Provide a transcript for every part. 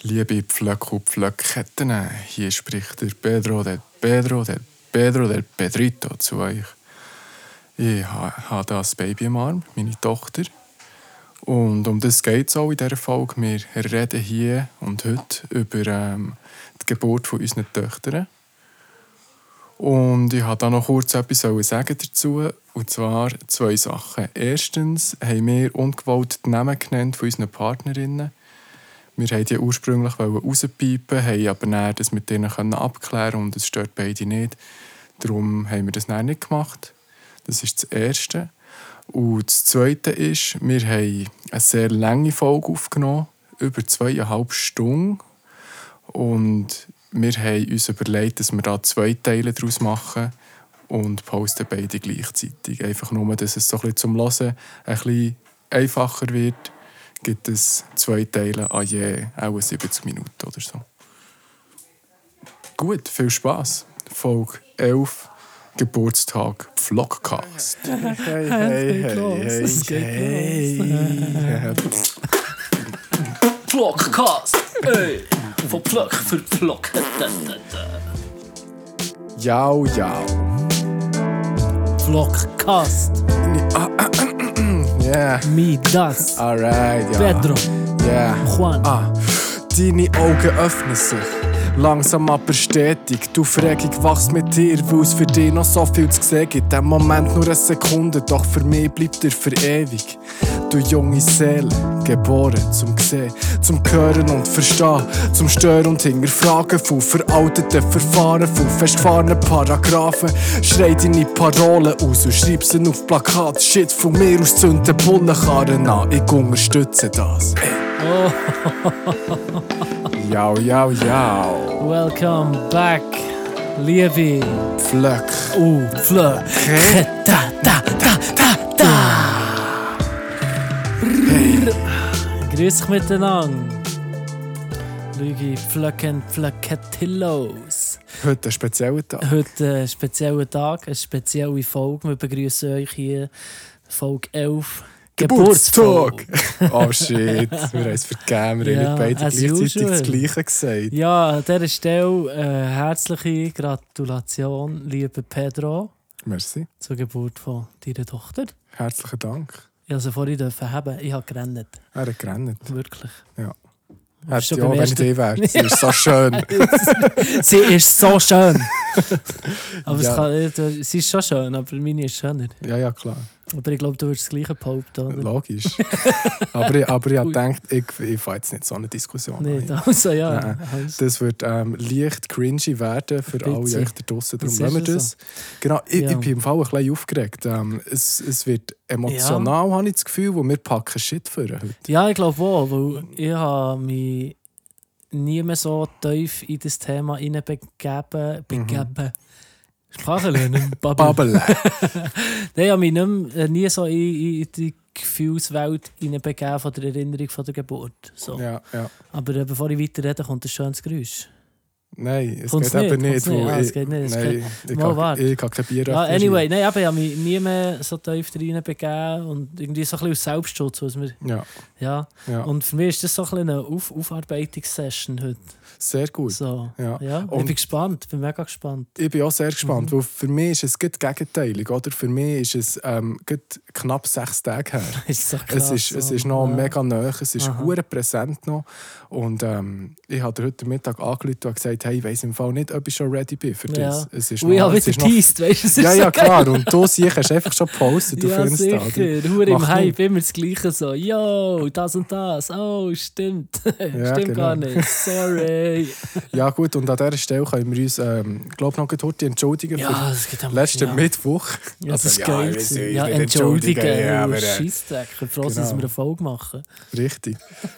Liebe Pflöcke und Pflöckketten, hier spricht der Pedrito zu euch. Ich habe das Baby im Arm, meine Tochter. Und um das geht es auch in dieser Folge. Wir reden hier und heute über die Geburt von unseren Töchtern. Und ich wollte da noch kurz etwas sagen dazu. Und zwar 2 Sachen. Erstens haben wir ungewollt die Namen genannt von unseren Partnerinnen. Wir wollten die ursprünglich rauspiepen, haben aber dann das mit denen abklären und es stört beide nicht. Darum haben wir das dann nicht gemacht. Das ist das Erste. Und das Zweite ist, wir haben eine sehr lange Folge aufgenommen, über 2,5 Stunden. Und wir haben uns überlegt, dass wir da 2 Teile daraus machen und posten beide gleichzeitig. Einfach nur, dass es so ein bisschen zum Hören ein bisschen einfacher wird, gibt es 2 Teile an je auch 70 Minuten oder so. Gut, viel Spass. Folge 11, Geburtstag Vlogcast. Hey. Vlogcast, ey. Von Pflöck für Pflock. Jau. Vlogcast. Yeah. Midas. Alright, ja. Pedro. Yeah. Juan. Deine Augen öffnen sich. Langsam aber stetig, du Fragung wachst mit dir, weil es für dich noch so viel zu sehen gibt. Im Moment nur eine Sekunde, doch für mich bleibt er für ewig. Du junge Seele, geboren zum Sehen, zum Hören und Verstehen, zum Stören und Hinterfragen von veralteten Verfahren, von festgefahrenen Paragraphen. Schrei deine Parolen aus und schreib sie auf Plakat. Shit, von mir aus zünden Bullenkarren an, ich unterstütze das. Oh. Jau. Welcome back, liebe Pflöck. Pflöck. Hey. Grüß dich miteinander. Liebe Pflöcken, Pflöcketillos. Heute ein spezieller Tag. Heute ein spezieller Tag, eine spezielle Folge. Wir begrüßen euch hier, Folge 11. Geburtstag! Oh shit, wir haben es vergeben. Wir haben nicht beide gleichzeitig das Gleiche gesagt. Ja, an dieser Stelle herzliche Gratulation, lieber Pedro. Merci. Zur Geburt von deiner Tochter. Herzlichen Dank. Ich durfte sie vorhin haben. Ich habe gerannt. Er hat gerannt. Wirklich. Ja. Wenn ich die wäre. Sie ist so schön. Sie ist so schön. Aber Ja. sie ist schon schön, aber meine ist schöner. Ja, klar. Aber ich glaube, du würdest das Gleiche behaupten, oder? Logisch. aber ich habe gedacht, ich fahre jetzt nicht so eine Diskussion Nicht, an. also ja. Nein. Also. Das wird leicht cringy werden für alle euch da draussen. Darum lassen wir das. So. Genau, ich bin im Fall ein bisschen aufgeregt. Es wird emotional, habe ich das Gefühl, wo wir packen Shit für heute. Ja, ich glaube auch, weil ich habe mich nie mehr so tief in das Thema begeben. Sprache lernen. Babbeln. Nein, ich habe mich nie so in die Gefühlswelt begeben von der Erinnerung von der Geburt. So. Ja. Aber bevor ich weiter rede, kommt ein schönes Geräusch. Nein, es Kommt's geht eben nicht. Es geht nicht. Ich kann kein Bier ja, anyway, nein, aber ich habe mich nie mehr so tief rein begeben und irgendwie so ein bisschen aus Selbstschutz. Was wir, ja. Und für mich ist das so ein bisschen eine Aufarbeitungssession heute. Sehr gut. So. Ja. Ich bin gespannt, bin mega gespannt. Ich bin auch sehr gespannt, weil für mich ist es gut gegenteilig. Oder? Für mich ist es knapp 6 Tage her. Ist so krass, es ist noch mega nahe, es ist hure präsent noch. Und ich habe heute Mittag angerufen und gesagt, hey, ich weiss im Fall nicht, ob ich schon ready bin für das. Es ist ich habe wieder geteased, weißt du? Es ist ja, so klar. Und du siehst, hast einfach schon gepostet auf Insta. Ja, sicher. Hure im Hype, immer das Gleiche so. Yo, das und das. Oh, stimmt. Ja, stimmt genau. gar nicht. Sorry. Ja gut, und an dieser Stelle können wir uns, glaube noch heute entschuldigen für letzten Mittwoch. Ja, das ist ja, geil. Ja, entschuldigen. Ja, aber, Scheissdreck. Ich bin froh, dass wir eine Folge machen. Richtig.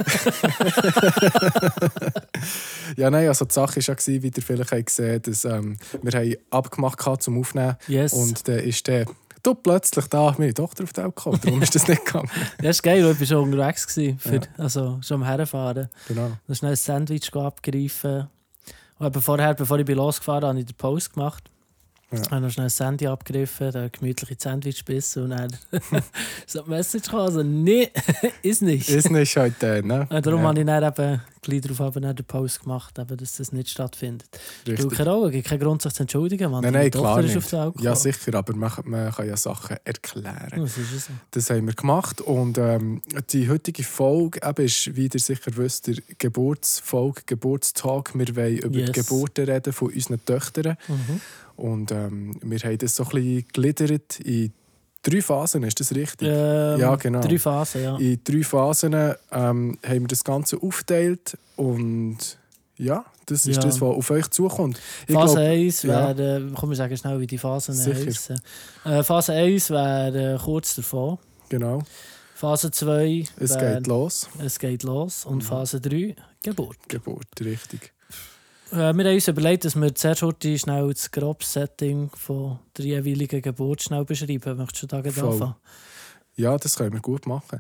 Ja, nein, also die Sache war ja, wie ihr vielleicht gesehen habt, dass wir haben abgemacht zum Aufnehmen. Yes. Und dann ist der plötzlich da meine Tochter auf die Welt gekommen. Darum ist das nicht gegangen. Das ist geil, ich war schon unterwegs. Also schon am Herfahren. Genau. Dann schnell ein Sandwich abgreifen. Und bevor ich losgefahren bin, habe ich den Post gemacht. Ich habe noch schnell das Handy abgegriffen, da gemütliche Sandwich gebissen und dann so eine Message kam, also nee, ist nicht. Ist nicht heute, ne? Darum habe ich dann eben gleich darauf den Post gemacht, eben, dass das nicht stattfindet. Richtig. Du keine Ahnung, kein Grund, sich zu entschuldigen. Man. Nein, klar ist nicht. Auf ja, sicher, aber man kann ja Sachen erklären. Das ist so. Das haben wir gemacht und die heutige Folge ist, wie ihr sicher wisst, der Geburtsfolge, Geburtstag. Wir wollen über die Geburten reden von unseren Töchtern. Und wir haben das so ein bisschen gegliedert in 3 Phasen, ist das richtig? Ja, genau. 3 Phasen, ja. In 3 Phasen haben wir das Ganze aufgeteilt und ja, das ist das, was auf euch zukommt. Phase 1 wäre, komm, wir sagen schnell, wie die Phasen heißen. Phase 1 wäre kurz davon. Genau. Phase 2 Es geht los. Es geht los. Und Phase 3 Geburt. Geburt, richtig. Wir haben uns überlegt, dass wir zuerst heute schnell das grobe Setting von der jeweiligen Geburt schnell beschreiben. Möchtest du da anfangen? Ja, das können wir gut machen.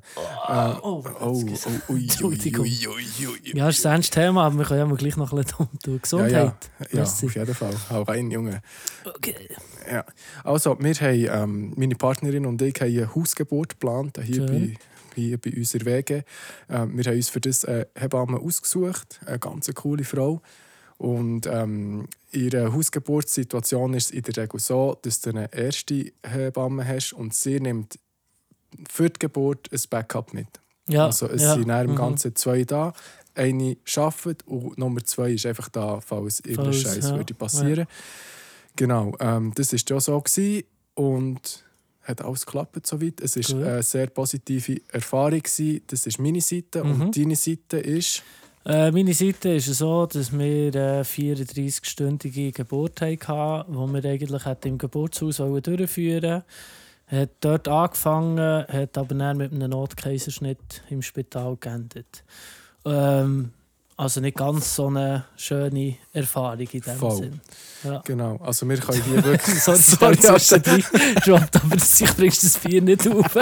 Entschuldigung. Ja, das ist ein ernstes Thema, aber wir können ja mal gleich noch ein bisschen um Gesundheit. Ja, auf jeden Fall. Hau rein, Junge. Okay. Ja. Also, wir haben, meine Partnerin und ich haben eine Hausgeburt geplant, hier bei uns in Wege. Wir haben uns für das eine Hebamme ausgesucht, eine ganz coole Frau. Und in ihrer Hausgeburtssituation ist es in der Regel so, dass du eine erste Hebamme hast und sie nimmt für die Geburt ein Backup mit. Ja, also es sind im Ganzen 2 da. Eine arbeitet und Nummer 2 ist einfach da, falls irgendein Scheiß würde passieren. Ja. Genau, das war ja so gewesen und hat alles geklappt soweit. Es war eine sehr positive Erfahrung gewesen. Das ist meine Seite und deine Seite ist... Meine Seite ist so, dass wir eine 34-stündige Geburt hatten, die wir eigentlich im Geburtshaus durchführen wollten. Hat dort angefangen, hat aber dann mit einem Notkaiserschnitt im Spital geendet. Also nicht ganz so eine schöne Erfahrung in dem Sinn. Ja. Genau, also wir können hier wirklich... Sorry, droppt, aber ich bringst das Bier nicht auf.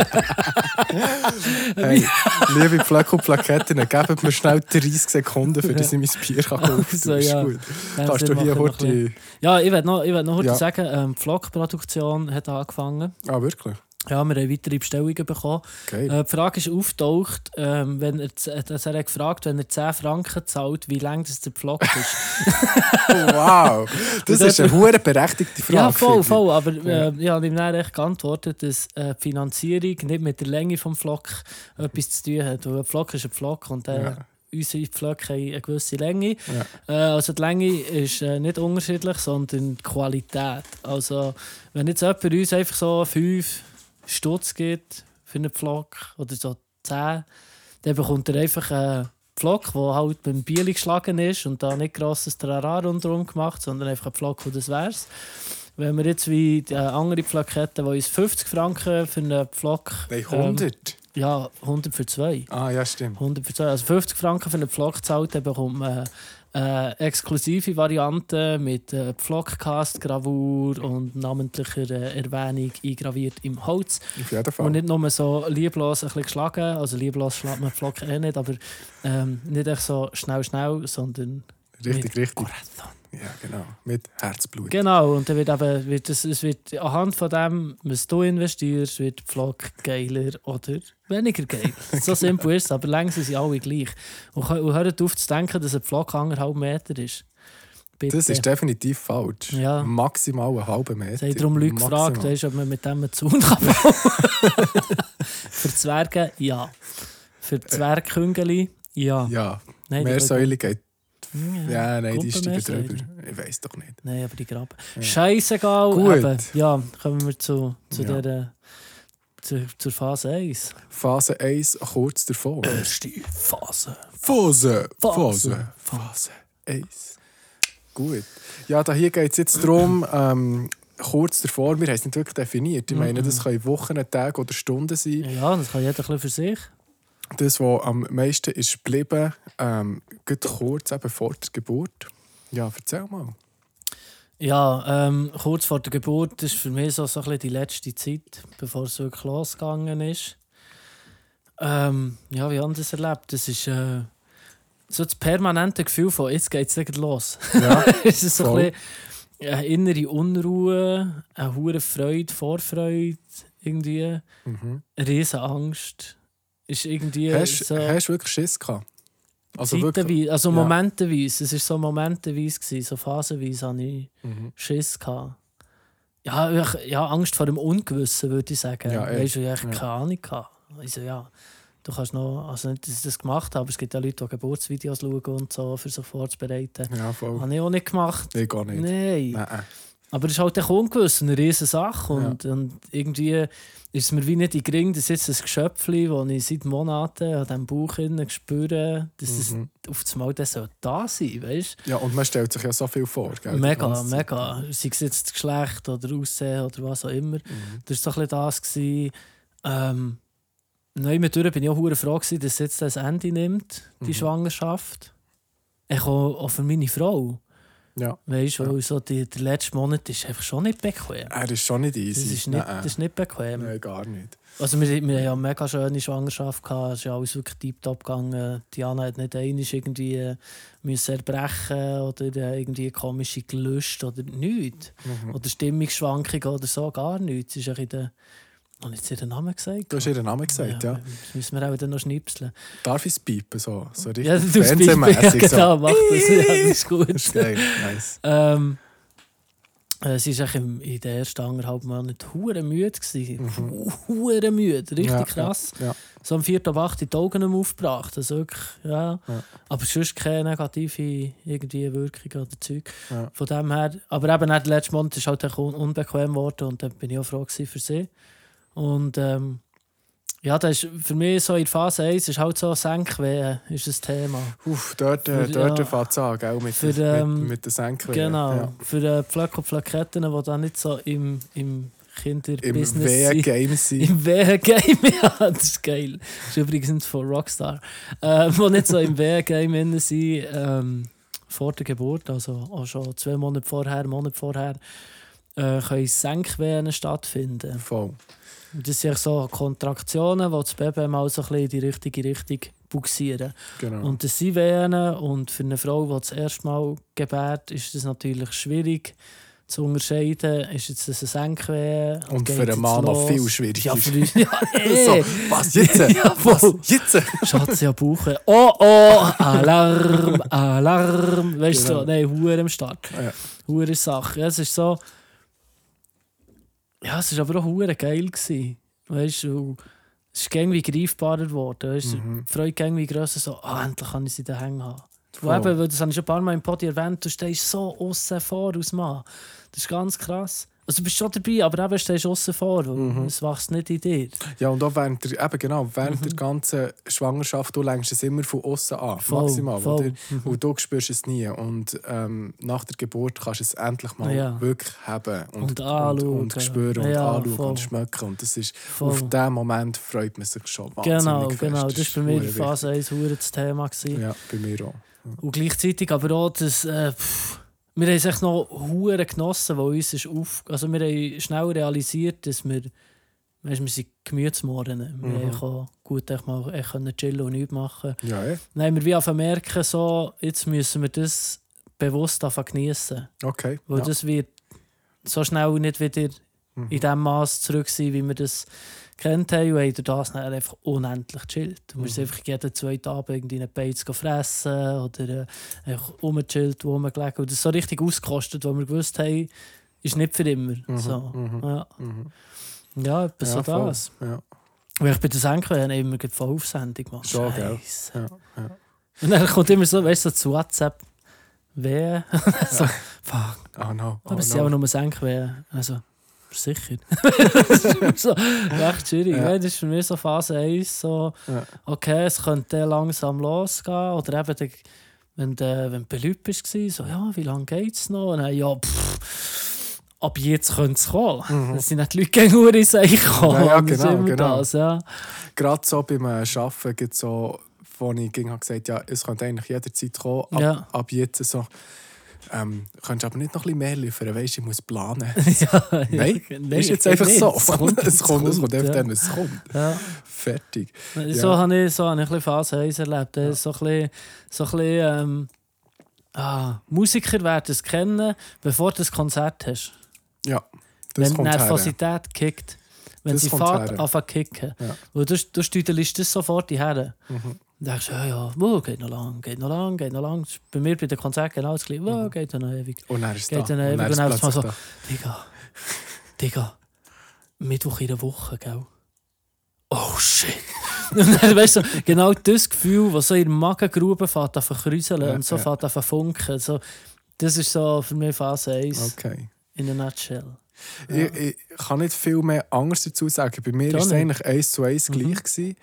Hey, liebe Pflöcke und Plaketten, gebt mir schnell 30 Sekunden, für das ich mein Bier kaufen kann. Also, ist ja. Gut. Kannst du hier heute... Ja, ich will noch heute sagen, die Pflockproduktion hat angefangen. Ah, wirklich? Ja, wir haben weitere Bestellungen bekommen. Okay. Die Frage ist auftaucht, wenn er hat gefragt, wenn er 10 Franken zahlt, wie lang das der Pflock ist. Wow, das ist eine hure berechtigte Frage. Ja, voll. Aber ich habe ihm dann echt geantwortet, dass die Finanzierung nicht mit der Länge des Pflock etwas zu tun hat. Weil ein Pflock ist ein Pflock und unsere Pflöcke haben eine gewisse Länge. Ja. Also die Länge ist nicht unterschiedlich, sondern die Qualität. Also wenn jetzt jemand uns einfach so 5 Stutz gibt für einen Pflock oder so 10, dann bekommt er einfach einen Pflock, der halt beim Bieli geschlagen ist und da nicht grosses Trara rundherum gemacht, sondern einfach ein Pflock, und das wär's. Wenn wir jetzt wie die andere Pflock hätten, die uns 50 Franken für einen Pflock... Nein, 100? Ja, 100 für 2. Ah, ja, stimmt. 100 für 2. Also 50 Franken für einen Pflock zahlt, dann bekommt man exklusive Variante mit Pflockcast-Gravur und namentlicher Erwähnung eingraviert im Holz. Auf jeden Fall. Und nicht nur so lieblos ein bisschen geschlagen, also lieblos schlägt man Pflock nicht, aber nicht echt so schnell, sondern richtig. Corazon. Ja, genau. Mit Herzblut. Genau, und dann wird anhand von dem, was du investierst, wird Pflock geiler oder weniger geil. So simpel ist es, aber längst sind alle gleich. Und hört auf zu denken, dass ein Pflock 1,5 Meter ist. Bitte. Das ist definitiv falsch. Ja. Maximal 1,5 Meter. Sie haben darum Leute gefragt, ob man mit dem einen Zaun bauen kann. Für Zwerge, ja. Für Zwergküngeli, ja. Ja, Meersäule geht... Ja, nein, die steigen drüber. Drüber. Ich weiss doch nicht. Nein, aber die graben. Ja. Scheissegal. Gut. Ja, kommen wir zur Phase 1. Phase 1, kurz davor. Erste Phase. Phase 1. Gut. Ja, hier geht es jetzt darum, kurz davor, wir haben es nicht wirklich definiert. Ich meine, das können Wochen, Tage oder Stunden sein. Ja, das kann jeder ein bisschen für sich. Das, was am meisten ist geblieben, kurz eben vor der Geburt. Ja, erzähl mal. Ja, kurz vor der Geburt ist für mich so ein bisschen die letzte Zeit, bevor es wirklich losgegangen ist. Ja, wie haben das erlebt? Das ist so das permanente Gefühl von, jetzt geht es los. Ja, es ist so ein bisschen, eine innere Unruhe, eine hohe Freude, Vorfreude, irgendwie, eine riesen Angst. Ist irgendwie Hast so... du wirklich Schiss gehabt? Also wirklich? Also momentenweise. Es war so momentenweise, so phasenweise hatte ich Schiss gehabt. Ja, Angst vor dem Ungewissen, würde ich sagen. Ja, weißt du, ich hatte keine Ahnung gehabt. Also ja, du kannst noch, also nicht, dass ich das gemacht habe, aber es gibt ja Leute, die Geburtsvideos schauen und so, für sich vorzubereiten. Ja, voll. Habe ich auch nicht gemacht. Nee, gar nicht. Nein. Aber es ist halt ungewiss, eine riesige Sache. Und irgendwie ist es mir wie nicht in den Ring, dass jetzt ein Geschöpfchen, das ich seit Monaten an diesem Bauch spüre, dass es auf das Mal da sein soll, weißt du? Ja, und man stellt sich ja so viel vor, gell? Mega. Sei es jetzt das Geschlecht oder Aussehen oder was auch immer. Das war so ein bisschen das. Nein, bin ich auch sehr froh gewesen, dass jetzt das Ende nimmt, die Schwangerschaft. Auch für meine Frau. Ja. Weißt du, weil so der letzte Monat ist einfach schon nicht bequem. Er ist schon nicht easy. Das ist nicht bequem. Nein, gar nicht. Also wir haben ja eine mega schöne Schwangerschaft gehabt. Es ist ja alles wirklich tiptop gegangen. Diana hat nicht einmal irgendwie müssen erbrechen oder irgendwie komische Gelüste oder nichts. Oder Stimmungsschwankungen oder so, gar nichts. Es ist in der... Habe ich jetzt ihren Namen gesagt? Du hast ihren Namen gesagt, ja. Das müssen wir auch dann noch schnipseln. Darf ich es piepen? So richtig ja, fernsehmässig. Ja, genau, mach das. Ja, das ist gut. Das ist geil, nice. Sie war in den ersten 1,5 Monaten hure müde. Hure müde, richtig krass. Ja. So am 4. oder 8. die Augen nicht mehr aufgebracht. Also wirklich, ja. Aber sonst keine negative irgendwie Wirkung oder Zeug. Ja. Von dem her. Aber eben der letzte Monat ist halt unbequem geworden und dann bin ich auch froh für sie. Und ja, das ist für mich so in Phase 1 ist halt so Senkwehen ist das Thema. Dort fängt es an, gell? Mit den Senkwehen. Genau, ja. Für Pflöcke und Pflöcketten, die dann nicht so im Kinderbusiness sind. Im WM-Game sind. Im WM-Game, ja, das ist geil. Das ist übrigens von Rockstar. Die nicht so im WM-Game sind, vor der Geburt, also auch schon 2 Monate vorher, können Senkwehen stattfinden. Voll. Das sind so Kontraktionen, die das Baby mal so ein bisschen in die richtige Richtung buxieren. Genau. Und das sind Wehen. Und für eine Frau, die das erste Mal gebärt, ist das natürlich schwierig zu unterscheiden. Ist jetzt das eine Senkwehe? Und für einen Mann noch viel schwieriger. Ja, für uns. Ja, so, was jetzt? Ja, was jetzt? Schatz, ja, Bauch. Oh, Alarm. Weißt du, nein, Hure am Start. Hure Sache. Ja, es ist so. Ja, es war aber auch hure geil gewesen. Weißt du, es ist irgendwie greifbarer geworden. Weißt du, die Freude irgendwie grösser, so, endlich kann ich sie da hängen haben. Eben, das habe ich schon ein paar Mal im Podi erwähnt, du stehst so aussen vor als Mann. Das ist ganz krass. Also du bist schon dabei, aber eben stehst du aussen vor, weil es wächst nicht in dir. Ja, und auch während der ganzen Schwangerschaft, du lenkst es immer von außen an, maximal. Voll. Und du spürst es nie. Und nach der Geburt kannst du es endlich mal wirklich haben und anschauen. Und spüren und anschauen und schmecken. Und das ist, auf diesen Moment freut man sich schon wahnsinnig Genau. Das war bei mir in Phase 1 das Thema. Ja, bei mir auch. Und gleichzeitig aber auch, dass wir haben es echt noch hure genossen, weil uns ist also wir haben schnell realisiert, dass wir sind Gemütsmoren. Wir haben gut mal chillen und nichts machen. Ja, Dann haben wir wie merken, so, jetzt müssen wir das bewusst geniessen. Okay. Weil das wird so schnell nicht wieder in dem Maß zurück sein, wie wir das kennt haben. Und haben durch das dann einfach unendlich chillt. Wir sind einfach jeden 2 Tage irgendwie einen Beiz fressen oder einfach rumgechillt, rumgelegen. Und das ist so richtig ausgekostet, weil wir gewusst haben, ist nicht für immer. Ja, etwa so das. Ja. Weil ich bei den Senken immer voll auf Sendung gemacht. Schon, gell? Ja. Und dann kommt immer so, weißt du, so zu WhatsApp, wer? So, fuck. Oh no. Aber es sind auch nur Senken. Also, sicher. So, recht schwierig. Ja. Das ist für mich so Phase 1. So, okay, es könnte langsam losgehen. Oder eben, wenn du beliebt bist, so, ja, wie lange geht es noch? Und dann, ja, ab jetzt könnte es kommen. Das sind nicht die Leute gegen in sich kommen. Ja, genau. Das, ja. Gerade so beim Arbeiten gibt es so, wo ich gesagt habe, es könnte eigentlich jederzeit kommen. Ab jetzt so. Könntest du aber nicht noch ein bisschen mehr liefern, weißt du, ich muss planen. Nein, ist jetzt einfach nicht. So. Es kommt einfach dann, es kommt. Ja. Fertig. So habe ich ein bisschen Phase 1 erlebt. So ein bisschen Musiker werden es kennen, bevor du das Konzert hast. Ja, das wenn die kommt Nervosität kickt. Wenn das sie fährt, anfangen zu kicken. Ja. Weil du stüdelst das sofort her. Mhm. Dann denkst du, geht noch lang. Das ist bei mir bei den Konzerten genau das Gleiche. Geht noch ewig. Und dann ist es Geht da. noch ewig. Und dann ist es mal so, da. Digga, Mittwoch in der Woche, gell? Oh shit! Und dann, weißt du, genau das Gefühl, das so in der Magengrube fährt an verkräuseln und so fährt an funken. So, das ist so für mich Phase 1 in a nutshell. Ja. Ich kann nicht viel mehr anderes dazu sagen. Bei mir war es eigentlich 1:1 gleich gewesen.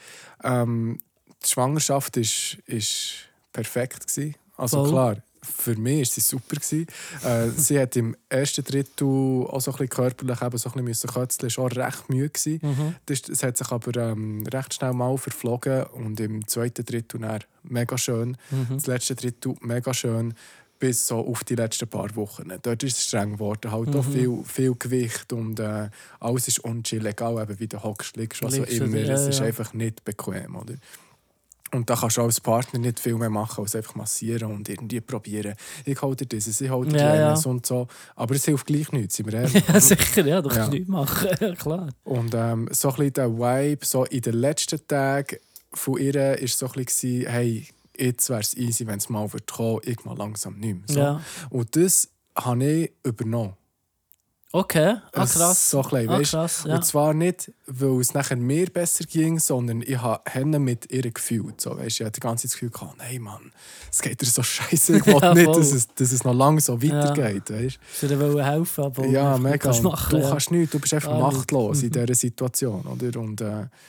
Die Schwangerschaft war perfekt gewesen. Also klar, für mich war sie super gewesen. Sie hat im ersten Drittel auch so ein bisschen körperlich eben so ein bisschen kötzeln, schon recht müde gewesen. Das hat sich aber recht schnell mal verflogen und im zweiten Drittel dann mega schön. Das letzte Drittel mega schön. Bis so auf die letzten paar Wochen. Dort ist es streng geworden. Halt auch viel Gewicht und alles ist unchill. Egal wie du hockst, liegst, was auch immer. Es ist einfach nicht bequem. Oder? Und da kannst du als Partner nicht viel mehr machen, als einfach massieren und irgendwie probieren. Ich hole dir dieses, ich hole dir jenes und so. Aber es hilft gleich nichts, sind wir ehrlich. Ja, sicher, ja, du kannst nichts machen. Ja, klar. Und so ein bisschen der Vibe, so in den letzten Tagen von ihr war so ein bisschen, hey, jetzt wäre es easy, wenn es mal kommen würde, ich mal langsam nicht mehr. So. Ja. Und das habe ich übernommen. Okay, krass. So klein, weißt? Krass, ja. Und zwar nicht, weil es nachher mir besser ging, sondern ich habe mit ihr gefühlt. So, weißt? Ich hatte die ganze Zeit das Gefühl gehabt, nein Mann, es geht dir so scheiße. Ich will nicht, dass es noch lange so weitergeht. Weißt? Sie dir helfen, aber ja, mega. Du kannst nichts, du bist einfach machtlos in dieser Situation. Oder? Und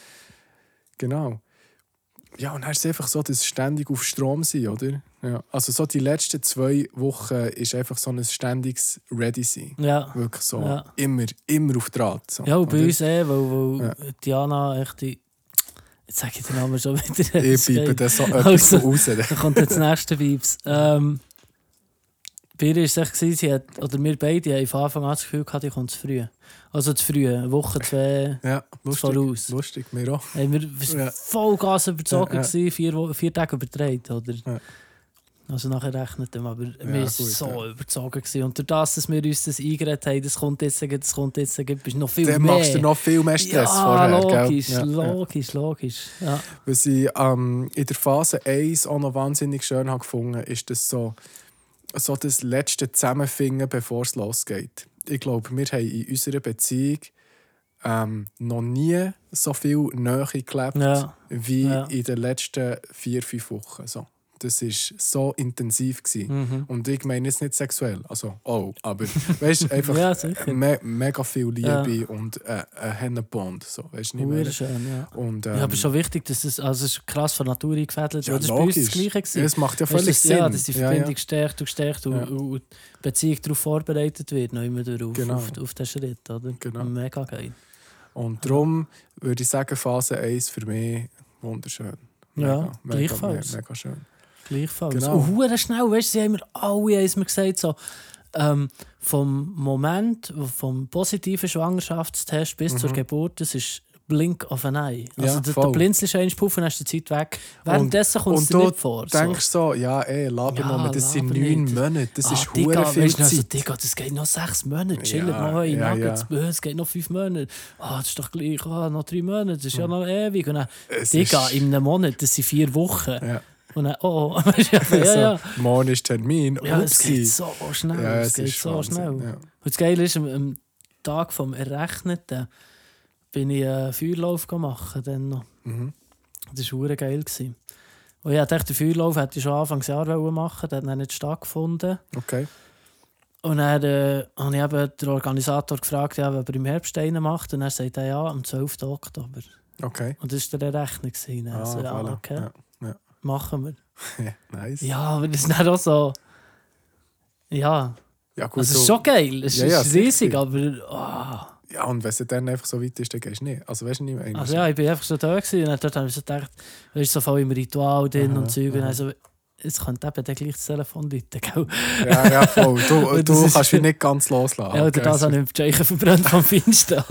genau. Ja, und dann ist es einfach so, dass es ständig auf Strom sind, oder? Ja. Also so die letzten 2 Wochen ist einfach so ein ständiges Ready-Sein. Ja. Wirklich so immer auf Draht. So, ja, und bei uns weil Diana echt die... Jetzt sage ich den Namen schon wieder. Ich bleibe das so etwas raus. Da kommt jetzt das nächste Vibes. Bei ihr war es echt, wir beide haben von Anfang an das Gefühl gehabt, ich komme zu früh. Also zu früh, eine Woche, 2 voraus. Lustig, mir auch. Wir waren voll Gas überzogen, 4 Tage übertragen, oder? Ja. Also nachher rechnet wir, aber wir waren so überzogen. Und durch das, dass wir uns das eingeredet haben, das kommt jetzt, bist noch viel dann mehr. Dann machst du noch viel mehr Stress vorher. Logisch. Ja. Was ich in der Phase 1 auch noch wahnsinnig schön habe gefunden, ist das so das letzte Zusammenfinden, bevor es losgeht. Ich glaube, wir haben in unserer Beziehung noch nie so viel Nähe gelebt wie in den letzten 4-5 Wochen. So. Das war so intensiv. Und ich meine es nicht sexuell, also aber weißt, einfach mega viel Liebe und ein Bond. So, weißt, nicht schön, ja. Und, aber schon wichtig, dass es ist krass von Natur eingefädelt. Ja, das war bei uns das Gleiche. Ja, das macht ja völlig Sinn. Ja, dass die Verbindung stärkt und die Beziehung darauf vorbereitet wird, noch immer auf den Schritt. Oder? Genau. Mega geil. Und darum würde ich sagen, Phase 1 für mich wunderschön. Mega gleichfalls. Mega schön. Gleichfalls. Genau. Und hure schnell, weißt du, sie haben mir alle gesagt, so, vom Moment, vom positiven Schwangerschaftstest bis zur Geburt, das ist Blink of an Eye. Also du blinzelst einen Puff und hast die Zeit weg. Währenddessen kommt es dir nicht vor. Und du denkst so, das sind 9 Monate, das ist hure viel Zeit. Also, Digga, das geht noch 6 Monate, chillen noch es geht noch 5 Monate. Das ist doch gleich, noch 3 Monate, das ist ja noch ewig. Und dann, Digga, in einem Monat, das sind 4 Wochen. Ja. Und dann, morgen ist Termin. Ja, es geht so schnell. Ja, es geht so Wahnsinn, schnell. Ja. Und das Geile ist, am Tag vom Errechneten bin ich einen Feuerlauf gemacht. Dann noch. Das war geil. Und ich dachte, den Feuerlauf hätte ich schon Anfangsjahr machen, der hat dann nicht stattgefunden. Okay. Und dann habe ich eben den Organisator gefragt, ob er im Herbst einen macht. Und er sagte, ja, am 12. Oktober. Okay. Und das war der Rechnung. Also, voilà. Okay. Ja. Machen wir. Nice. Ja, aber das ist dann auch so... Ja. Gut, also, es ist schon geil. Es ist riesig, aber... Ja, und wenn es dann einfach so weit ist, dann gehst du nicht. Also, weißt du nicht mehr. Also, ich bin einfach so da gewesen, und dort habe ich so gedacht, da ist so voll im Ritual drin und Zeug. Und also, es könnte eben dann gleich das Telefon läuten, gell? Ja, voll. Du kannst mich nicht ganz loslassen. Ja, oder das habe ich mit Zeichen verbrannt vom Feinsten.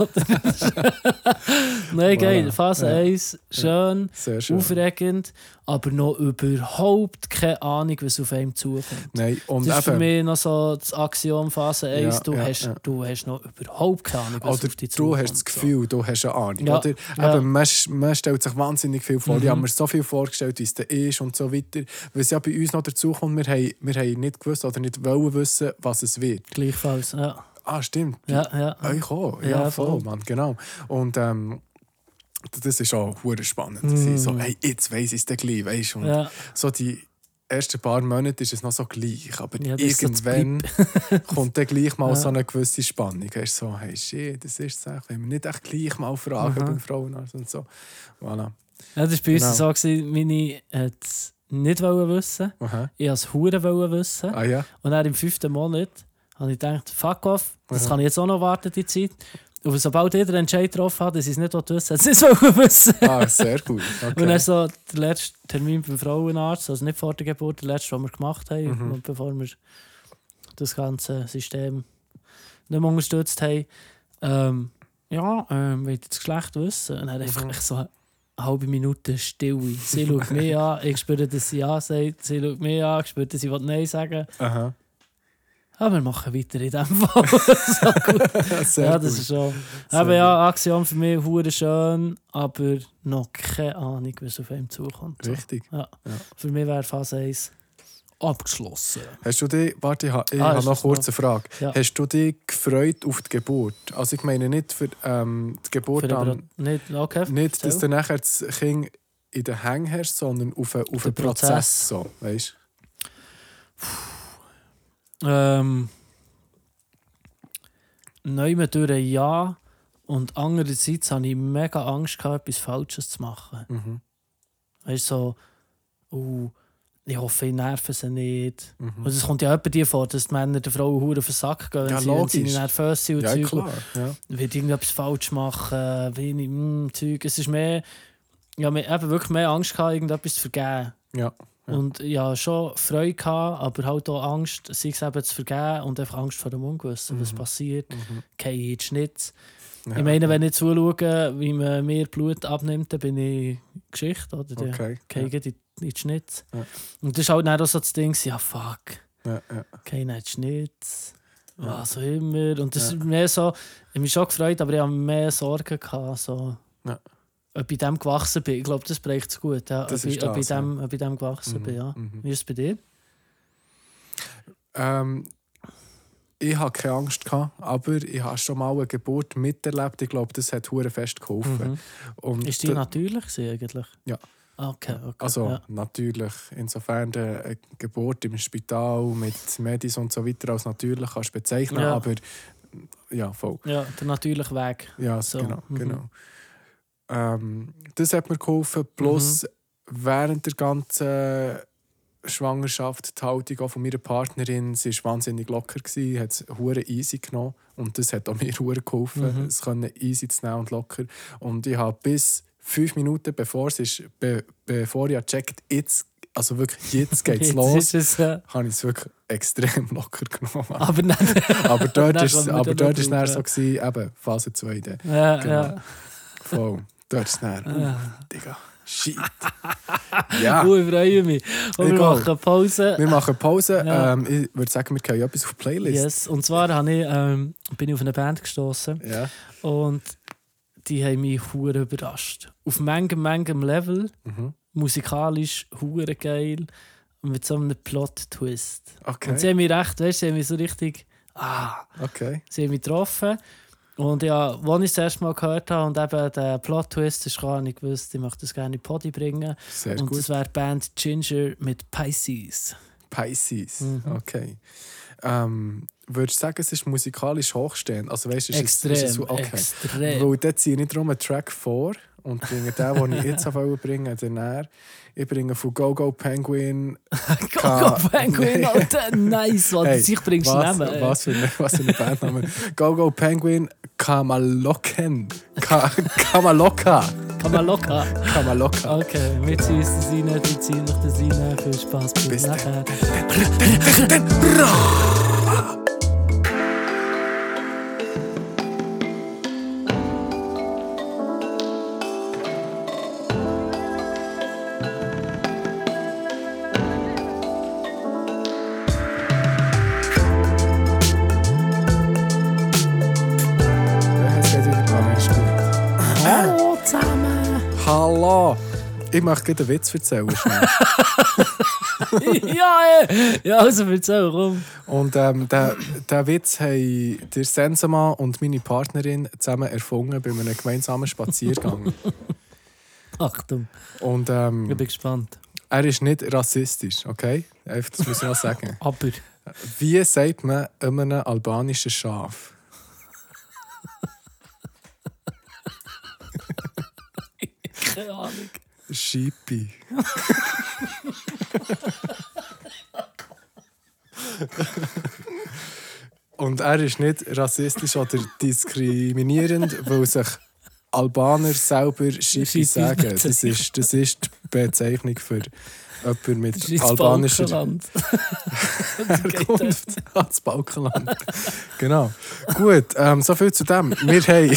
Nein, geil. Phase 1, schön, aufregend, aber noch überhaupt keine Ahnung, was auf einem zukommt. Nein, und das ist für mich noch so das Axiom Phase 1. Du hast noch überhaupt keine Ahnung, was auf dich zukommt. Du hast das Gefühl, du hast eine Ahnung. Ja. Oder? Ja. Eben, man stellt sich wahnsinnig viel vor. Ich habe mir so viel vorgestellt, wie es da ist und so weiter. Was ja bei uns noch dazu kommt, wir haben nicht gewusst oder nicht wollen wissen, was es wird. Gleichfalls, ja. Ah, stimmt. Ja. Euch auch. Ja, voll, Mann, genau. Und das ist auch verdammt spannend. So, hey, jetzt weiss ich es dann gleich, weißt du? Und so die ersten paar Monate ist es noch so gleich, aber irgendwann kommt dann gleich mal so eine gewisse Spannung. Du hast so, hey, shit, das ist es. Wenn wir nicht echt gleich mal fragen beim Frauenarzt und so. Voilà. Ja, das war bei uns so, meine es nicht wissen. Aha. Ich wollte es verdammt wissen. Ah, ja. Und dann im 5. Monat habe ich gedacht, fuck off, das kann ich jetzt auch noch warten, die Zeit. Und sobald jeder einen Entscheid getroffen hat, dass ich es nicht wissen wollte, es nicht wissen. Ah, sehr gut. Okay. Und dann so der letzte Termin beim Frauenarzt, also nicht vor der Geburt, der letzte, den wir gemacht haben, und bevor wir das ganze System nicht mehr unterstützt haben. Will ich das Geschlecht wissen? Und dann einfach so eine halbe Minute Stille. Sie schaut mich an, ich spüre, dass sie Ja sagt. Sie schaut mich an, ich spüre, dass sie Nein sagen. Aha. Aber wir machen weiter in diesem Fall. So gut. Sehr das gut. ist schon. Aber ja, Axiom für mich hure schön, aber noch keine Ahnung, was auf einem zukommt. So. Richtig. Ja. Für mich wäre Phase 1 abgeschlossen. Hast du dich, warte, ich habe noch kurz eine Frage. Ja. Hast du dich gefreut auf die Geburt? Also ich meine nicht für die Geburt nicht, dass du nachher das Kind in den Hängen hast, sondern auf einen Prozess. So, weißt? Neuem durch ja. Und andererseits hatte ich mega Angst, etwas Falsches zu machen. Weißt du, so, ich hoffe, ich nerve sie nicht. Also es kommt ja etwa dir vor, dass die Männer der Frauen hure auf den Sack gehen, wenn sie nervös sind und ja, Zeug. Klar. Ja. Wird irgendetwas falsch machen, wenig Zeug. Es ist mehr, eben wirklich mehr Angst gehabt, irgendetwas zu vergeben. Ja. Und ja, schon Freude gehabt, aber halt auch Angst, sich eben zu vergeben und einfach Angst vor dem Ungewissen, was passiert. Gehe in die Schnitz. Ja. Ich meine, wenn ich zuschaue, wie man mir Blut abnimmt, dann bin ich Geschichte. Oder? Okay. Gehe in die Schnitz. Ja. Und das ist halt dann auch so das Ding, ja fuck. Ja. Gehe in die Schnitz. Was auch immer. Und das ist mehr so, ich habe mich schon gefreut, aber ich habe mehr Sorgen gehabt. So. Ja. Ob ich dem gewachsen bin. Ich glaube, das bräuchte es gut. Ja. Ob ich dem gewachsen bin. Ja. Wie ist es bei dir? Ich hatte keine Angst, aber ich habe schon mal eine Geburt miterlebt. Ich glaube, das hat verdammt fest geholfen. Und ist die natürlich eigentlich? Ja. Okay. Also natürlich, insofern eine Geburt im Spital mit Medis und so weiter als natürlich kannst du bezeichnen, aber ja, voll. Ja, der natürliche Weg. Ja, so. Genau. Das hat mir geholfen, plus während der ganzen Schwangerschaft, die Haltung auch von meiner Partnerin, sie war wahnsinnig locker, hat es hure easy genommen und das hat auch mir hure geholfen, es können easy zu nehmen und locker. Und ich habe bis 5 Minuten bevor ich gecheckt, jetzt geht's los, habe ich es wirklich extrem locker genommen. Aber dort ist es dann so gewesen, eben Phase 2. Ja. Voll. Dort ist es dann, Digga. Shit. Ja. Ich freue mich. Und wir machen Pause. Ja. Ich würde sagen, wir gehen etwas auf die Playlist. Yes. Und zwar bin ich auf eine Band gestoßen und die haben mich hure überrascht. Auf manchem Level, musikalisch hure geil und mit so einem Plot-Twist. Okay. Und sie haben mich sie haben mich so richtig sie haben mich getroffen. Und ja, als ich das erste Mal gehört habe und eben der Plot-Twist ist gar nicht gewusst, ich möchte das gerne in die Podi bringen. Sehr und gut. das wäre die Band Ginger mit Pisces. Okay. Würdest du sagen, es ist musikalisch hochstehend? Also, weißt, extrem. Weil dort ziehe ich nicht darum einen Track vor und bringe den ich jetzt bringen will. Ich bringe von Go-Go Penguin. Go-Go Penguin, Alter, nice, was hey, sich bringst du nehmen. Was für eine Bandname. Go-Go Penguin Kamaloka. Kamaloka. Kamaloka. Okay, wir ziehen uns das rein, du ziehst noch das rein. Viel Spaß, bis nachher. Hallo zusammen! Hallo! Ich möchte gerade einen Witz erzählen. Schnell. Ja, also erzähl, komm. Und den Witz haben der Sensemann und meine Partnerin zusammen erfunden bei einem gemeinsamen Spaziergang. Achtung, Und ich bin gespannt. er ist nicht rassistisch, okay? Einfach, das muss ich noch sagen. Aber... Wie sagt man einem albanischen Schaf? Keine Ahnung. Schipi. Und er ist nicht rassistisch oder diskriminierend, weil sich Albaner selber Schipi sagen. Das ist die Bezeichnung für jemanden mit albanischer Herkunft als Balkanland. Genau. Gut, so viel zu dem. Wir haben...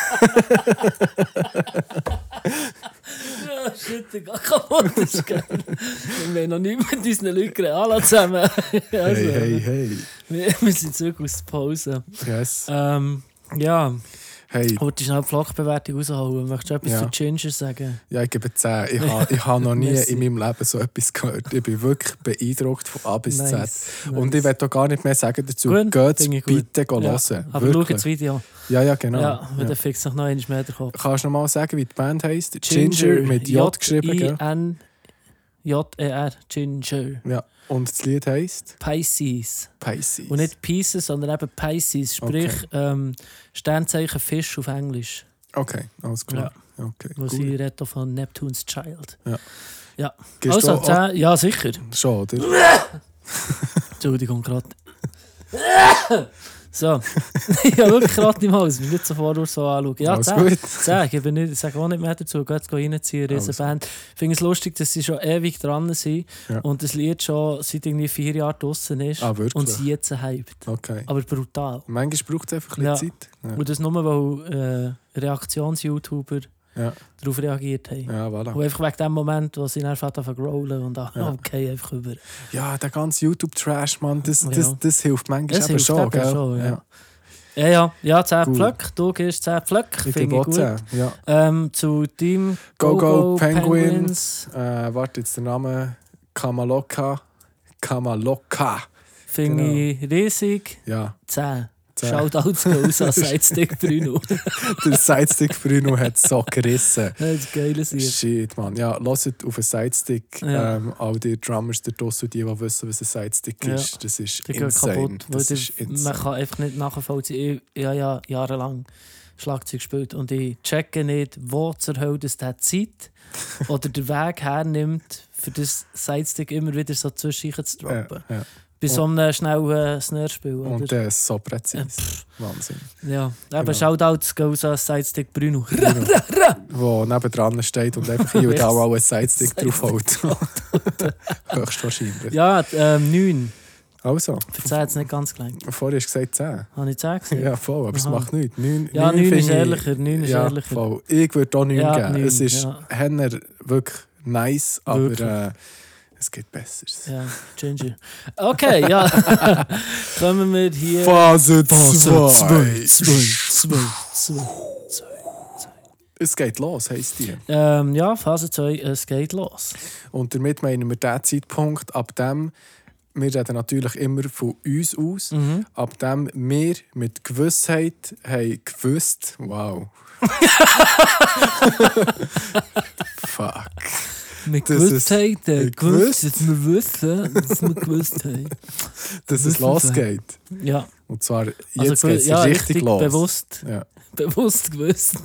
Ja, shit, ich kann kaputt. Das ist geil. Wir haben noch nicht mit unseren Leuten alle zusammen. Also, Hey. wir sind zurück aus der Pause. Yes. Ja, Hey. ich wollte schnell die Flockbewertung rausholen. Möchtest du etwas zu Ginger sagen? Ja, ich gebe 10. Ich habe noch nie in meinem Leben so etwas gehört. Ich bin wirklich beeindruckt von A bis Z. Nice. Und ich werde auch gar nicht mehr sagen dazu. Gut, Geht finde ich bitte gut. hören. Ja. Aber schau das Video. Ja, genau. Ja, weil der fix noch einmal mehr den Kopf. Kannst du noch mal sagen, wie die Band heisst? Ginger mit J geschrieben, gell? J-E-R. Ginger. Ja. Und das Lied heisst? Pisces. Pisces. Und nicht Pisces, sondern eben Pisces. Sprich, Sternzeichen Fisch auf Englisch. Okay, alles klar. Ja. Okay, Wo sie redet von Neptune's Child. Ja. Gehst Also, du auch- ja, sicher. Schon, oder? Entschuldigung, gerade. So. Ich habe wirklich gerade im Haus. Ich will nicht sofort so anschauen. Ja, Alles 10. gut. 10. Ich sage auch nicht mehr dazu. Geht reinziehen, Riesenband. Ich finde es lustig, dass sie schon ewig dran sind Ja. und das Lied schon seit irgendwie 4 Jahren draußen ist. Ah, wirklich? Und sie jetzt hypt. Okay. Aber brutal. Manchmal braucht es einfach ein Ja. bisschen Zeit. Ja. Und das nur, weil Reaktions-YouTuber Ja. darauf reagiert haben. Ja, voilà. Und einfach wegen dem Moment, wo sie dann anfangen zu growlen und okay, einfach über. Ja, der ganze YouTube-Trash, Mann, das hilft manchmal Das eben hilft schon, eben gell? schon, ja. 10 Cool. Pflöcke. Du gehst 10 Pflöcke. Ich Finde gebe ich auch gut. 10. Ja. Zu Team Go Penguins. Penguins. Warte, jetzt der Name Kamaloka. Finde ich riesig. Ja. 10. 10. Shoutouts raus an Sidestick Bruno. Der Sidestick Bruno hat so gerissen. Das ist geil. Shit, Mann. Ja, hört auf einen Sidestick. Ja. All die Drummers da draussen, die wissen, was ein Sidestick Ja. ist. Das ist Die gehen insane. kaputt. Das Weil ist man insane. kann einfach nicht nachvollziehen. Ich habe ja jahrelang Schlagzeug gespielt und ich checke nicht, wo zur Hölle das der Zeit oder der Weg hernimmt, für das Sidestick immer wieder so zwischen zu droppen. Ja. Bei so einem schnellen Snare-Spiel. Und der ist so präzise. Wahnsinn. Ja, eben Genau. Shoutouts gehen raus an Sidestick Bruno. Wo nebendran steht und einfach hier und da auch einen Sidestick draufhaut. Höchstwahrscheinlich. Ja, 9. Also, Für 10 hat es nicht ganz gelangt. vorher hast du gesagt 10. Habe ich 10 gesehen? Ja, voll, aber es Aha. macht nichts. 9, Ja, 9 ist ehrlicher. 9 ist ja, ehrlicher. voll. Ich würde auch 9 Ja, geben. 9, Es ist ja. Henner wirklich nice, aber Wirklich. es gibt Besseres. Ja, Ginger. Okay, ja. Kommen wir hier. Phase 2. 2. Es geht los, heisst die. Ja, Phase 2, es geht los. Und damit meinen wir den Zeitpunkt, ab dem, wir reden natürlich immer von uns aus, ab dem wir mit Gewissheit haben gewusst, wow. Fuck. Mit Das ist- Gewusstheit, gewusst. dass wir wissen, dass wir gewusst haben. Dass es Wissen losgeht. Ja, Und zwar, jetzt also, geht es ja, richtig los. bewusst. Ja. Bewusst gewusst.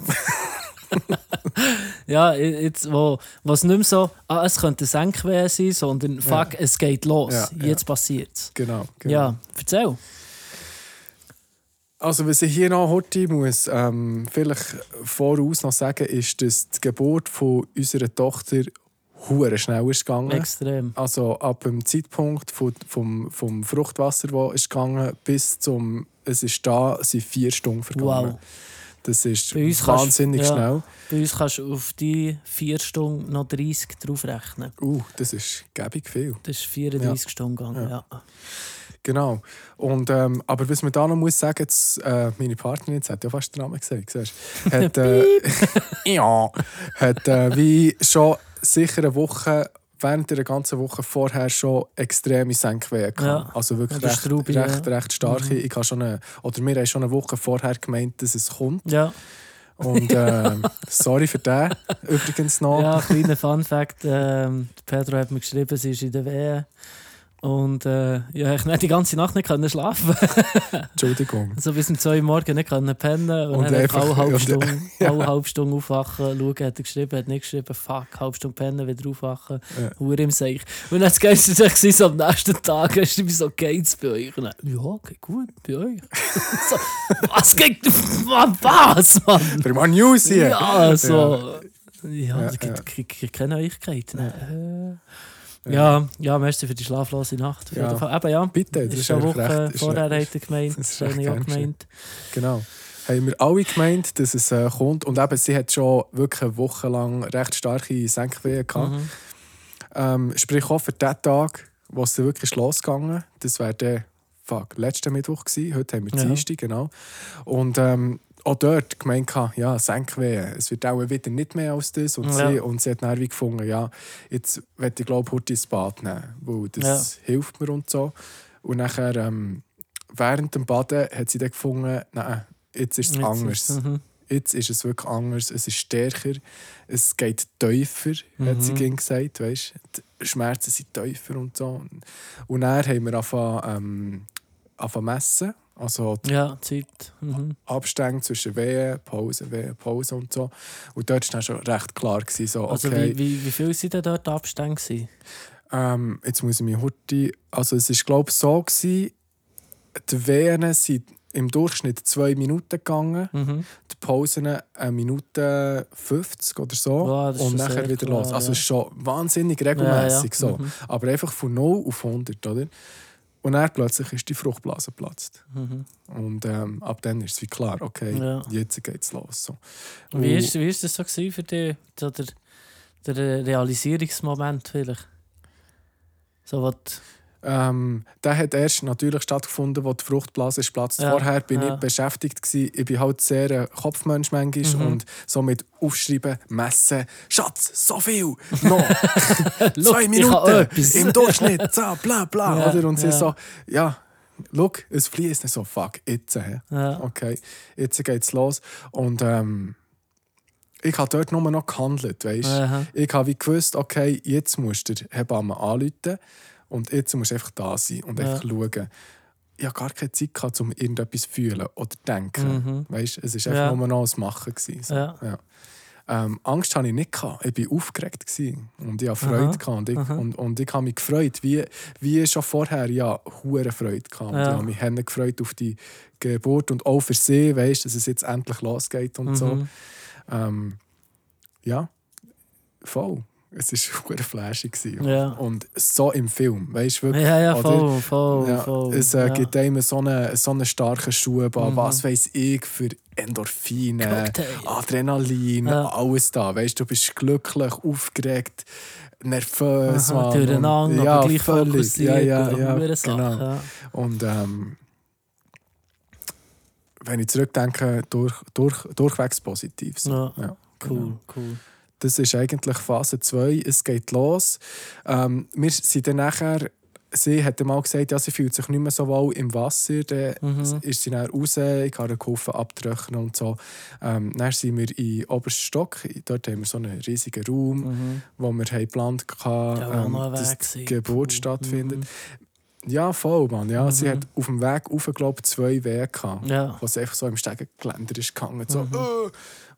Ja, jetzt, wo es nicht mehr so, es könnte ein Senkweh sein, sondern fuck, es geht los. Ja, Jetzt passiert's. Genau. Ja, erzähl. Also was ich hier noch heute muss vielleicht voraus noch sagen, ist, dass die Geburt von unserer Tochter hure schnell ist gegangen. Extrem. Also ab dem Zeitpunkt vom Fruchtwasser, das ist gegangen, bis zum es ist da, sind 4 Stunden vergangen. Wow. Das ist wahnsinnig schnell. Bei uns kannst du auf die 4 Stunden noch 30 draufrechnen. Das ist gäbig viel. Das ist 34 Stunden gegangen, ja. Genau. Und, aber was man da noch muss sagen, jetzt, meine Partnerin, jetzt hat ja fast den Namen gesagt, siehst du, hat, hat wie schon sicher eine Woche, während der ganzen Woche vorher schon extreme Senkwehen gehabt. Ja. Also wirklich Ja, recht starke. Ich habe schon wir haben schon eine Woche vorher gemeint, dass es kommt. Ja. Und sorry für den übrigens noch. Ja, kleiner Fun-Fact. Pedro hat mir geschrieben, sie ist in der Wehe. Und ich konnte die ganze Nacht nicht schlafen. Entschuldigung. Also bis um 2 Uhr morgens nicht pennen und dann einfach, alle halbe Stunde aufwachen, schauen, hat er geschrieben, hat nicht geschrieben, fuck, halbe Stunde pennen, wieder aufwachen, Uhr im Seich. Und dann war es so am nächsten Tag, hast du so, geht's bei euch? Und dann, ja, geht gut, bei euch. So, was geht, was, Mann? Der Mann News hier. Ja, so. Ja, es gibt keine Neuigkeiten. Ja, merci für die schlaflose Nacht. Ja. Aber ja, bitte, das ist schon eine Woche recht, vorher hat er gemeint, das ist habe ich auch gemeint. Genau. Haben wir alle gemeint, dass es kommt. Und eben, sie hat schon wirklich eine Woche lang recht starke Senkwehen gehabt. Sprich auch für den Tag, wo es wirklich losgegangen. Das wäre der letzten Mittwoch gewesen. Heute haben wir Dienstag, genau. Und auch dort gemeint, ja, Senkwehen, es wird auch wieder nicht mehr als das. Und sie hat dann wie gefunden, ja, jetzt möchte ich glaube heute ins Bad nehmen, weil das hilft mir und so. Und nachher, während dem Baden hat sie dann gefunden, nein, jetzt ist es anders. Jetzt ist es wirklich anders, es ist stärker, es geht tiefer, hat sie gesagt, weißt? Die Schmerzen sind tiefer und so. Und dann haben wir angefangen messen. Also Zeit. Abstände zwischen Wehen, Pause und so. Und dort war dann schon recht klar. So, okay. Also wie viel waren denn dort Abstände? Jetzt muss ich mich heute... Also es war glaube ich so, die Wehen sind im Durchschnitt 2 Minuten gegangen, die Pausen 1 Minute 50 oder so und nachher wieder los. Also es ist schon wahnsinnig regelmäßig so. Aber einfach von 0 auf 100, oder? Und dann plötzlich ist die Fruchtblase geplatzt. Und ab dann ist es wie klar, okay, jetzt geht es los. So. Wie ist das so für dich? Der Realisierungsmoment vielleicht? So was... Der hat erst natürlich stattgefunden, als die Fruchtblase geplatzt. Vorher war ich beschäftigt gewesen. Ich bin halt sehr Kopfmensch manchmal und so mit Aufschreiben, Messen. Schatz, so viel! Noch! 2 Minuten! Im Durchschnitt! So, bla bla! Oder? Und sie so, ja, schau, es fließt. So, fuck, jetzt. Okay, jetzt geht's los. Und ich habe dort nur noch gehandelt, weißt? Ich habe wie gewusst, okay, jetzt musst du die Hebamme anrufen. Und jetzt musst du einfach da sein und einfach schauen. Ich hatte gar keine Zeit gehabt, um irgendetwas zu fühlen oder zu denken. Weißt, es war einfach nur noch das Machen. So. Ja. Angst hatte ich nicht. Ich war aufgeregt und ich hatte Freude. Und ich habe mich gefreut, wie schon vorher, hure Freude gehabt. Ich habe mich gefreut auf die Geburt und auch für sie, weißt, dass es jetzt endlich losgeht und so. Ja, voll. Es war sehr flashig. Und so im Film, weißt du, wirklich? Ja, voll. Es gibt einem so einen starken Schub an, was weiss ich, für Endorphine, Cocktail. Adrenalin, alles da. Weißt du, bist glücklich, aufgeregt, nervös. Durcheinander, aber gleich fokussiert. Genau. Sachen, Und wenn ich zurückdenke, durchwegs positiv. So. Cool. Das ist eigentlich Phase 2. Es geht los. Wir sind dann nachher... Sie hat mal gesagt, sie fühlt sich nicht mehr so wohl im Wasser. Dann ist sie dann raus. Ich habe ihr geholfen abtrocknen und so. Dann sind wir in den obersten Stock. Dort haben wir so einen riesigen Raum, wo wir geplant haben, dass die Geburt stattfindet. Ja, voll, Mann. Ja, sie hat auf dem Weg rauf, glaube ich, 2 Wehen gehabt, wo sie einfach so im Stegengeländer ist gegangen. So,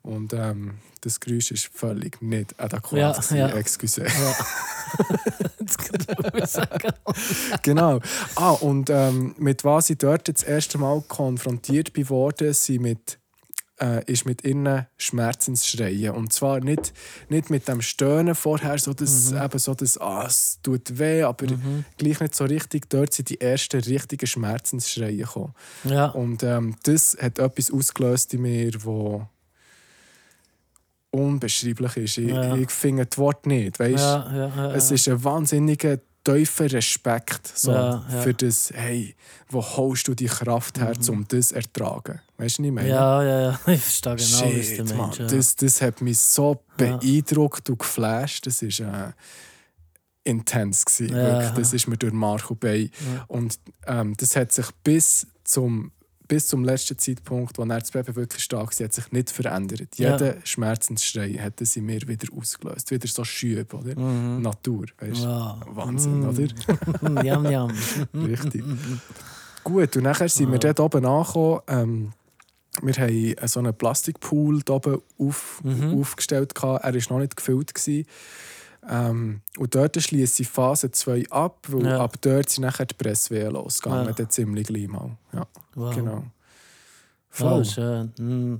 Und das Geräusch ist völlig nicht adäquat. Excuse. Ja. Das kann ich sagen. Genau. Und mit was ich dort das erste Mal konfrontiert wurde, ist mit ihren Schmerzensschreien. Und zwar nicht mit dem Stöhnen vorher, so dass es tut weh, aber gleich nicht so richtig. Dort sind die ersten richtigen Schmerzensschreie gekommen. Ja. Und das hat etwas ausgelöst in mir, das unbeschreiblich ist. Ich finde das Wort nicht. Weißt? Es ist ein wahnsinniger tiefer Respekt für das, hey, wo holst du die Kraft her, um das zu ertragen? Weißt du, was ich meine? Ja. Ich verstehe genau, was du Mann, meinst. das hat mich so beeindruckt und geflasht. Das war intens gewesen, wirklich. Das ist mir durch Mark und Bein. Ja. Und das hat sich bis zum letzten Zeitpunkt, wo das Baby wirklich stark war, hat sich nicht verändert. Jeder Schmerzensschrei hat es in mir wieder ausgelöst. Wieder so Schübe, oder? Natur, weißt du? Wahnsinn, oder? Jam. Richtig. Gut, und nachher sind wir dort oben angekommen. Wir haben so einen Plastikpool oben aufgestellt. Er war noch nicht gefüllt. Und dort schliesse ich Phase 2 ab, weil ab dort sind nachher die Presswehen losgegangen. Ja. Ziemlich gleich mal. Ja, wow. Genau. Voll. Oh, schön.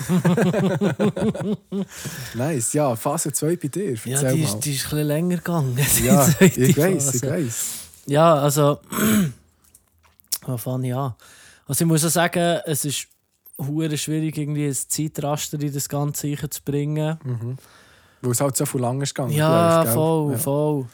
Nice. Ja, Phase 2 bei dir. Erzähl mal. Die ist ein bisschen länger gegangen. Ja, ich weiss. Ja, also... Wo fange ich an? Also ich muss auch sagen, es ist verdammt schwierig, irgendwie ein Zeitraster in das Ganze reinzubringen. Weil es halt so viel lang ist gegangen. Ja, voll.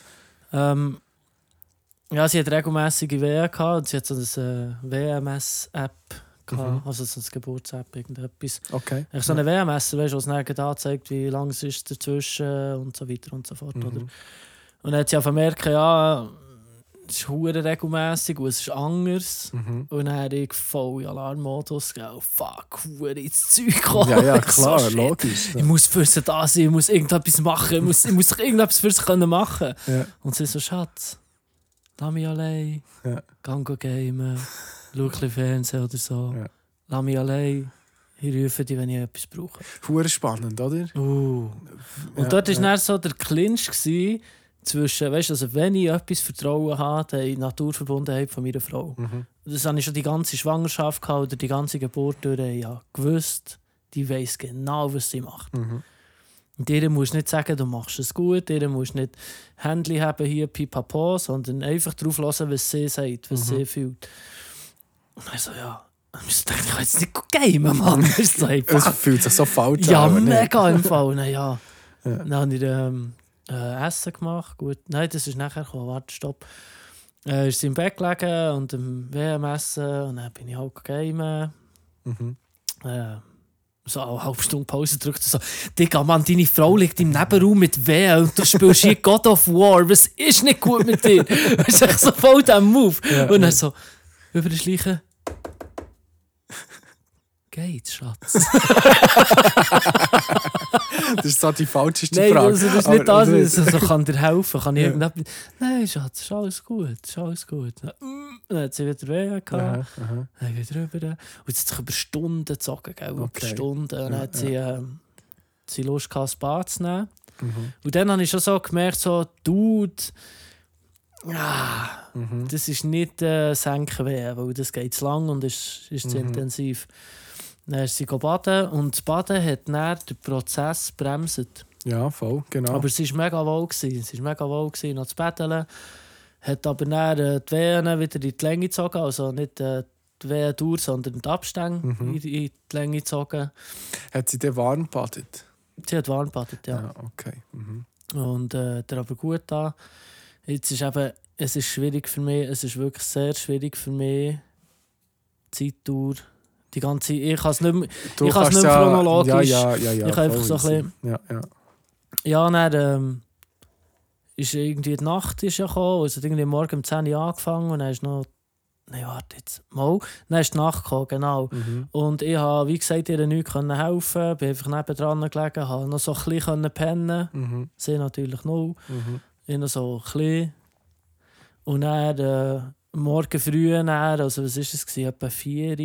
Ja, sie hat regelmässige Wehen gehabt. Sie hat so eine WMS-App gehabt, also so eine Geburts-App, irgendetwas. Okay. So eine WMS, weißt du, was dann anzeigt, wie lange es ist dazwischen und so weiter und so fort. Oder? Und dann hat sie auch vermerkt, ja, es ist verdammt regelmässig und es ist anders. Und dann habe ich voll in Alarmmodus gegeben. Fuck, verdammt ins Zeug kommen. Ja, klar, so logisch. Ja. Ich muss für sie da sein, ich muss irgendetwas machen, ich muss irgendetwas für sie machen. Ja. Und sie so, Schatz, lass mich allein, geh gamen, schau ein bisschen Fernsehen oder so. Ja. Lass mich allein, ich rufe dich, wenn ich etwas brauche. Verdammt spannend, oder? Und dort war dann so der Clinch zwischen, weißt du, also wenn ich etwas Vertrauen habe, die Naturverbundenheit von meiner Frau. Das habe ich schon die ganze Schwangerschaft gehabt oder die ganze Geburt durch. Ja, gewusst, die weiss genau, was sie macht. Und ihr musst nicht sagen, du machst es gut, ihr musst nicht Händchen haben hier, pipapo, sondern einfach darauf hören, was sie sagt, was sie fühlt. Und ich so, ja, ich dachte, ich kann jetzt nicht gamen, Mann. Es fühlt sich so falsch an. Ja, mega im Fall. Dann habe ich Essen gemacht. Gut. Nein, das ist nachher gekommen. Warte, stopp. Ist sie im Bett gelegen und im WM-Essen und dann bin ich halt gamen. So eine halbe Stunde Pause gedrückt. So, Digga, Mann, deine Frau liegt im Nebenraum mit Weh und du spielst hier God of War. Was ist nicht gut mit dir? Das ist echt so voll der Move. Und dann so, über den Schleichen. Geht's, Schatz? Das ist so die falscheste Frage. Nein, also das ist nicht das, also kann dir helfen. Kann ich irgendetwas... Nein, Schatz, ist alles gut. Dann hat sie wieder Weh gehabt. Dann wieder rüber. Und es hat sich über Stunden gezogen, gell? Über Stunden. Und dann hat sie Lust gehabt, das Bad zu nehmen. Und dann habe ich schon so gemerkt, so, Dude... das ist nicht Senkenweh, weil das geht zu lang und ist zu intensiv. Dann ist sie baden und das Baden hat dann den Prozess bremset. Ja, voll, genau. Aber sie war mega wohl. Sie war mega wohl, noch zu betteln. Hat aber dann die Wehen wieder in die Länge gezogen. Also nicht die Wehen durch, sondern die Abstände in die Länge gezogen. Hat sie dann warm gebadet? Sie hat warm gebadet, ja. Okay. Und der aber gut da. Jetzt ist eben, es ist schwierig für mich, es ist wirklich sehr schwierig für mich, Zeitdauer, die ganze, ich kann es nicht mehr chronologisch. Ja, ich kann einfach so ein bisschen... Ja, dann ist irgendwie die Nacht ist ja gekommen, also irgendwie morgen um 10 Uhr angefangen und dann ist noch... Nein, warte jetzt. Mal. Dann ist die Nacht gekommen, genau. Und ich habe, wie gesagt, ihr nicht helfen, bin einfach nebendran gelegen, habe noch so ein bisschen pennen. Sie natürlich noch. Noch so ein bisschen. Und dann morgen früh, also was war es? Etwa 4 Uhr.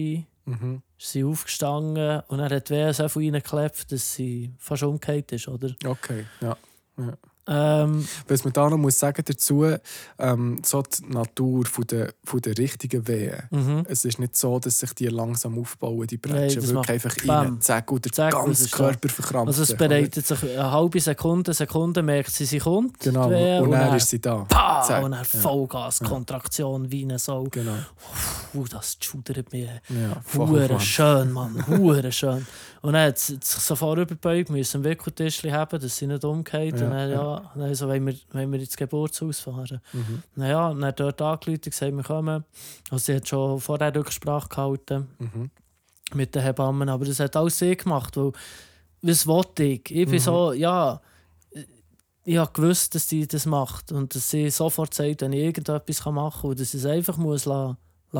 ist sie aufgestanden und er hat so von ihnen geklebt, dass sie fast umgekehrt ist, oder? Okay, ja. Was man da noch muss sagen dazu, so die Natur von der richtigen Wehen. Es ist nicht so, dass sich die langsam aufbauen, die Bretschen. Nein, wirklich einfach rein, zack, oder der ganze Körper verkrampft. Also es bereitet sich eine halbe Sekunde, merkt sie kommt. Genau, und dann ist sie da. Zack, und dann Vollgas, Kontraktion, wie eine Sau. Genau. Das schudert mich. Ja, hure schön, Mann, hure schön. Und dann hat sie sich sofort überbeugt, müssen am Wickeltischchen haben, dass sie nicht umgeht. Und dann so, wollen wir ins Geburtshaus fahren. Naja, und dann hat dort angerufen und gesagt, wir kommen. Also sie hat schon vorher Rücksprache gehalten mit den Hebammen, aber das hat alles sie gemacht, weil, was wollte ich? Ich bin so, ich habe gewusst, dass sie das macht und dass sie sofort sagt, wenn ich irgendetwas machen kann und dass sie es einfach muss machen.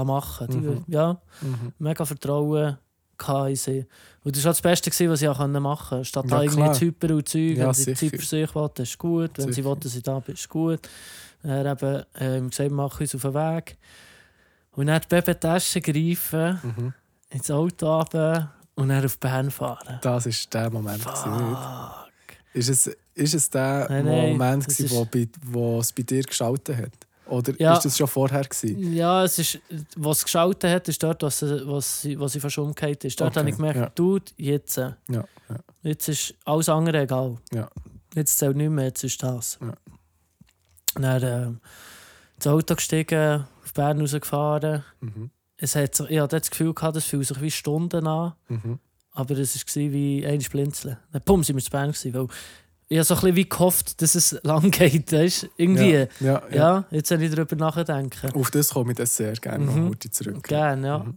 Mega Vertrauen in sie. Und das war das Beste, was ich machen konnte. Statt da irgendwie zu hyper und Zeug, wenn sie Zeit für sich will, ist gut. Wenn sie will, dass ich da bin, ist gut. Dann haben gesagt, wir machen uns auf den Weg. Und dann die Babytasche greifen, ins Auto runter und dann auf Bern fahren. Das war der Moment. Ist es der Moment, wo es bei dir geschaltet hat? Oder ist das schon vorher gewesen? Ja, was geschaltet hat, ist dort, was sie fast umgekehrt ist. Dort habe ich gemerkt, jetzt. Jetzt ist alles andere egal. Ja. Jetzt zählt nicht mehr, jetzt ist das. Ja. Dann ins Auto gestiegen, auf Bern rausgefahren. Ich hatte das Gefühl, es fühlt sich wie Stunden an. Aber es war wie ein Blinzeln. Dann pum, sind wir zu Bern gewesen, weil ich habe so ein bisschen wie gehofft, dass es lang geht. Weißt? Irgendwie. Ja, jetzt soll ich darüber nachdenken. Auf das komme ich das sehr gerne noch heute zurück. Gerne, ja.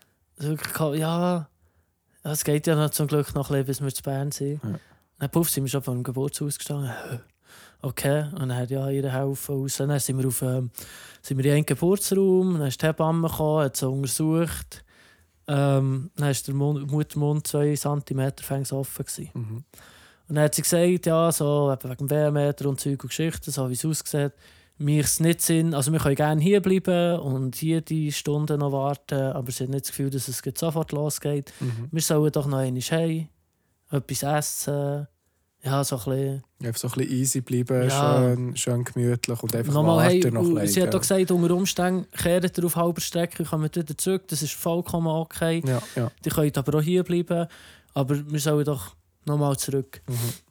Es geht ja noch zum Glück noch ein bisschen, bis wir zu Bern sind. Ja. Dann puff, sind wir schon vor dem Geburtshaus gestanden. Okay, und dann hat ihr helfen raus. Dann sind wir in einen Geburtsraum, dann ist die Hebamme gekommen, hat sie untersucht. Dann war der Muttermund 2 cm offen gewesen. Und dann hat sie gesagt, so wegen dem Wehenmeter und Zeug und Geschichten, so wie es aussieht, mir ist nicht Sinn, also wir können gerne hier bleiben und hier die Stunden noch warten, aber sie hat nicht das Gefühl, dass es sofort losgeht. Wir sollen doch noch einmal heim, etwas essen, so ein bisschen... Einfach so ein bisschen easy bleiben, schön gemütlich und einfach warten noch. Sie hat auch gesagt, unter Umständen kehrt ihr auf halber Strecke, kommt wieder zurück, das ist vollkommen okay. Ja. Die können aber auch hier bleiben, aber wir sollen doch nochmal zurück.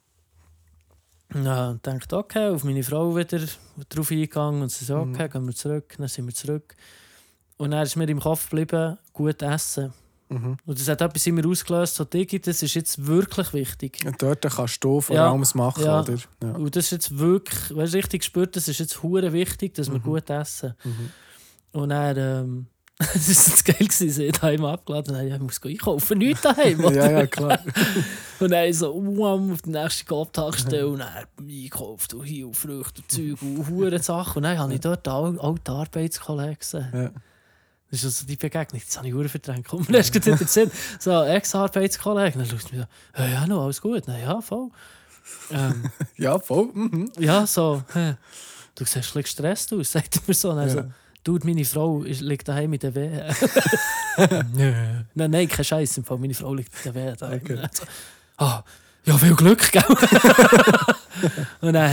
Ja, ich dachte, okay, auf meine Frau wieder drauf eingegangen und sie so, okay, gehen wir zurück. Dann sind wir zurück. Und dann ist mir im Kopf geblieben, gut essen. Und das hat etwas in mir ausgelöst, so Digi, das ist jetzt wirklich wichtig. Und dort kannst du vor allem machen, oder? Ja. Und das ist jetzt wirklich, weißt du, richtig gespürt, das ist jetzt hure wichtig, dass wir gut essen. Und dann, das war geil, sie hat daheim abgeladen und ich muss einkaufen, nichts daheim. Ja, klar. Und dann so auf die nächste Gabtankstelle und dann einkauft und hier und Früchte und Zeug und hure Sachen. Und dann habe ich dort alte Arbeitskollegen gesehen. Ja. Das ist also die Begegnung, das habe ich hure verdrängt. Komm, lass dich wieder Sinn. So, Ex-Arbeitskollegen, dann schaut mir so, ja, noch alles gut? Na ja, voll. Ja, voll. Ja, so, du siehst ein bisschen gestresst aus, sagt er mir so. Also, du, meine Frau liegt daheim mit der Wehe. Nein, kein Scheiß im Fall. Meine Frau liegt mit der Wehe daheim. Okay. So, ja, viel Glück, gell? Und dann,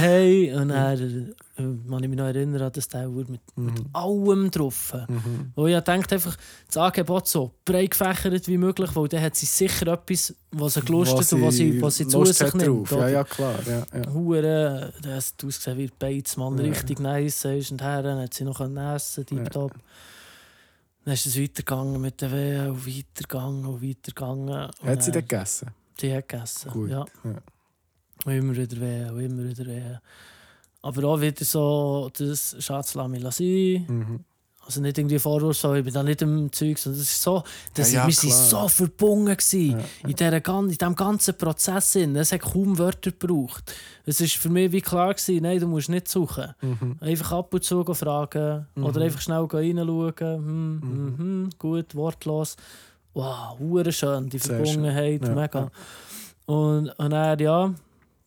kann ich mich noch erinnern, dass der mit allem drauf. Wo ich dachte, einfach das Angebot so breit gefächert wie möglich, weil dann hat sie sicher etwas, was sie gelustet und was sie zu sich nimmt. Ja, klar. Hure, das hat ausgesehen wie Beiz, Mann, richtig nice. Und dann hat sie noch essen, tipptopp. Dann ist es weitergegangen mit der Wehe und weitergegangen. Hat sie das gegessen? Sie hat gegessen, gut. Ja. Und immer wieder Wehe. Aber auch wieder so, das Schatz, lass mich sein. Also nicht irgendwie Vorwurf, so, ich bin da nicht im Zeug, sondern das ist so, wir waren so verbunden in diesem ganzen Prozess. Es hat kaum Wörter gebraucht. Es war für mich wie klar gewesen, nein, du musst nicht suchen. Einfach ab und zu fragen oder einfach schnell reinschauen. Gut, wortlos. Wow, hure schön, die Verbundenheit, mega. Ja. Und dann,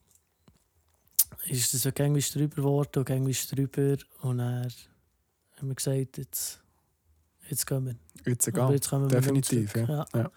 ist das so drüber geworden und dann haben wir gesagt, jetzt jetzt gehen wir. Jetzt Aber egal. jetzt kommen wir Definitiv, zurück. ja. Ja.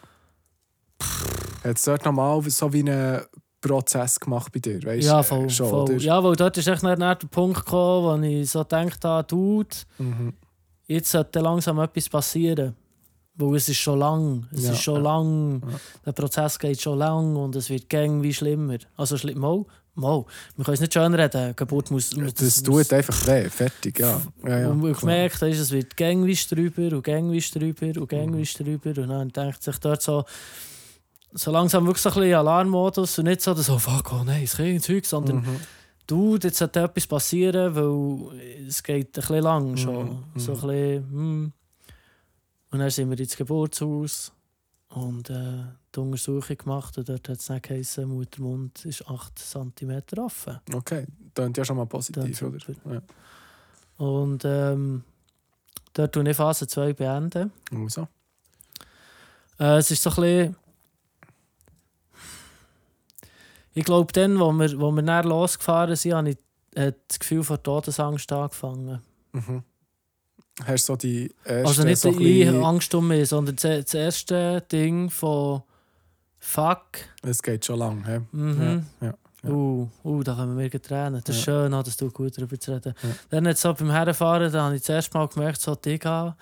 Hat es dort nochmal so wie einen Prozess gemacht bei dir? Weißt, Ja, voll. schon, voll. oder? Ja, weil dort ist echt nicht der Punkt gekommen, wo ich so gedacht habe, Dude, jetzt sollte langsam etwas passieren. Weil es ist schon lang. Es ist schon lang. Ja. Der Prozess geht schon lang und es wird wie schlimmer. Also mal. Wir können es nicht schön reden. Geburt muss... Das tut einfach weh. Fertig, ja. Und ich gemerkt, es wird wie drüber und wie drüber und wie drüber. Und dann denkt sich dort so langsam wirklich so ein bisschen Alarmmodus und nicht so, dass fuck, oh nein, es geht Zeug, sondern du, jetzt sollte etwas passieren, weil es geht ein bisschen lang schon. So ein bisschen, Und dann sind wir ins Geburtshaus und die Untersuchung gemacht und dort hat es dann geheißen, Muttermund ist 8 cm offen. Okay, das ist ja schon mal positiv, oder? Ja. Und dort tue ich Phase 2 beenden. Also. Es ist so ein bisschen... Ich glaube, dann, wo wir dann losgefahren sind, habe ich das Gefühl von Todesangst angefangen. Hast du so die erste... Also nicht so die Angst um mich, sondern das erste Ding von «Fuck». Es geht schon lang, hä? Ja. Da kommen wir Tränen. Das ist schön, dass du gut darüber zu reden. Ja. Dann jetzt so beim Herfahren, da habe ich das erste Mal gemerkt, so Digga,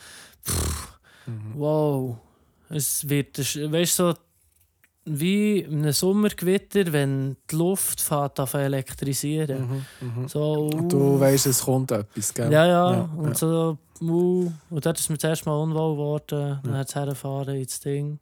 wow. Es wird, weißt du, so wie in einem Sommergewitter, wenn die Luft fängt an elektrisieren. So, du weißt, es kommt etwas, gell? Ja. Und so, und dort ist mir das erste Mal unwohl geworden. Dann hat es herfahren ins Ding.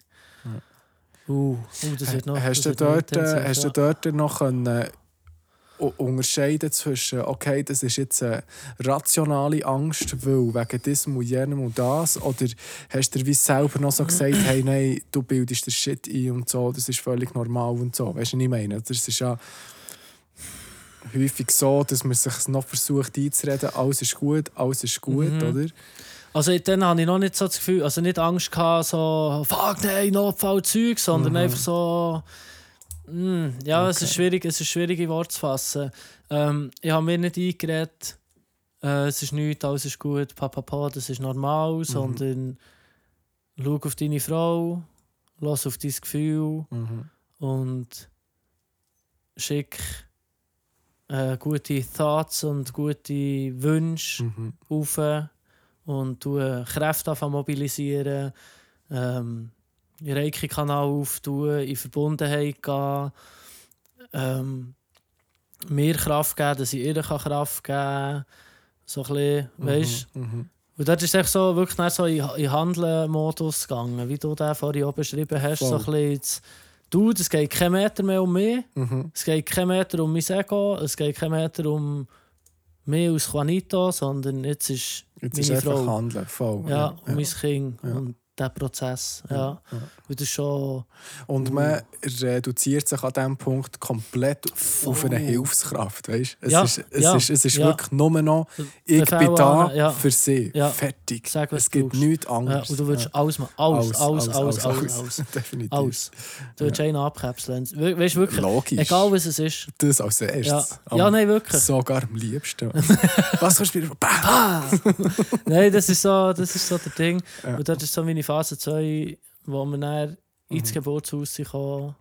Das wird noch... Hast du dort noch unterscheiden zwischen, okay, das ist jetzt eine rationale Angst, weil wegen diesem und jenem und das, oder hast du dir wie selber noch so gesagt, hey, nein, du bildest den Shit ein und so, das ist völlig normal und so, weißt du, was ich meine? Das ist ja häufig so, dass man sich noch versucht einzureden, alles ist gut, oder? Also dann hatte ich noch nicht so das Gefühl, also nicht Angst gehabt, so «Fuck, nein, Notfallzeug», sondern einfach so... okay. Es ist schwierig in Worte zu fassen. Ich habe mir nicht eingeredet, es ist nichts, alles ist gut, papa, das ist normal, sondern schau auf deine Frau, lass auf dein Gefühl und schick gute Thoughts und gute Wünsche auf und Kräfte mobilisieren, Reiki-Kanal auftun, in Verbundenheit gehen, mir Kraft geben, dass ich ihr Kraft geben kann. So ein bisschen, weißt du? Und dort ist es so, wirklich so in Handeln-Modus gegangen, wie du den vorhin oben beschrieben hast. So ein bisschen, es geht kein Meter mehr um mich, es geht kein Meter um mein Ego, es geht kein Meter um mich als Juanito, sondern jetzt ist meine Frau. Handeln, voll. Ja, und mein Kind. Ja. Und der Prozess. Ja. Und, das schon, und man reduziert sich an diesem Punkt komplett auf eine Hilfskraft. Weißt? Es ist wirklich nur noch, ich bin da für sie. Ja. Fertig. Sag, es gibt nichts anderes. Ja. Und du willst alles machen. Alles. Definitiv. Alles. Du willst einen abkapseln. Weißt du wirklich? Logisch. Egal was es ist. Das als erstes. Ja, nein, wirklich. Sogar am liebsten. Was kannst du spielen? Nein, das ist so das Ding. Ja. Und das ist so meine Phase 2, wo wir dann ins Geburtshaus kamen.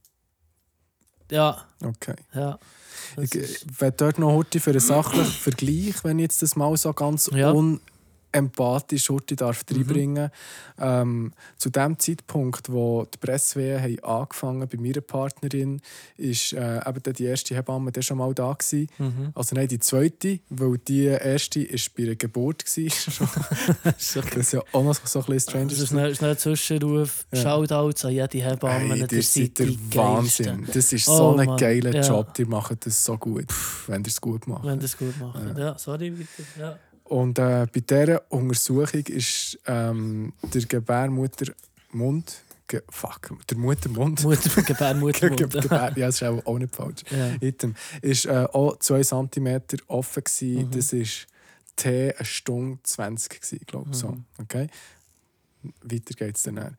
Ja. Okay. Ja. Ich werde dort noch heute für einen sachlichen Vergleich, wenn ich jetzt das mal so ganz unempathisch reinbringen darf. Zu dem Zeitpunkt, wo die Presswehen angefangen bei meiner Partnerin, ist eben die erste Hebamme dann schon mal da gewesen. Also nein, die zweite, weil die erste ist bei einer Geburt war. Das ist ja auch noch so ein bisschen strange. Das ist ein Zwischenruf. Shoutouts an jede Hebamme. Hey, ihr seid der Wahnsinn. Das ist so ein geiler Job. Die machen das so gut, wenn ihr es gut macht. Ja, sorry, bitte. Ja. Und bei dieser Untersuchung ist der Gebärmuttermund. Der Muttermund. Gebärmuttermund. Ja, das ist auch nicht falsch. Ja. Ist auch 2 cm offen gewesen. Das war 1 Stunde 20 gewesen, glaube ich. So. Okay? Weiter geht es dann.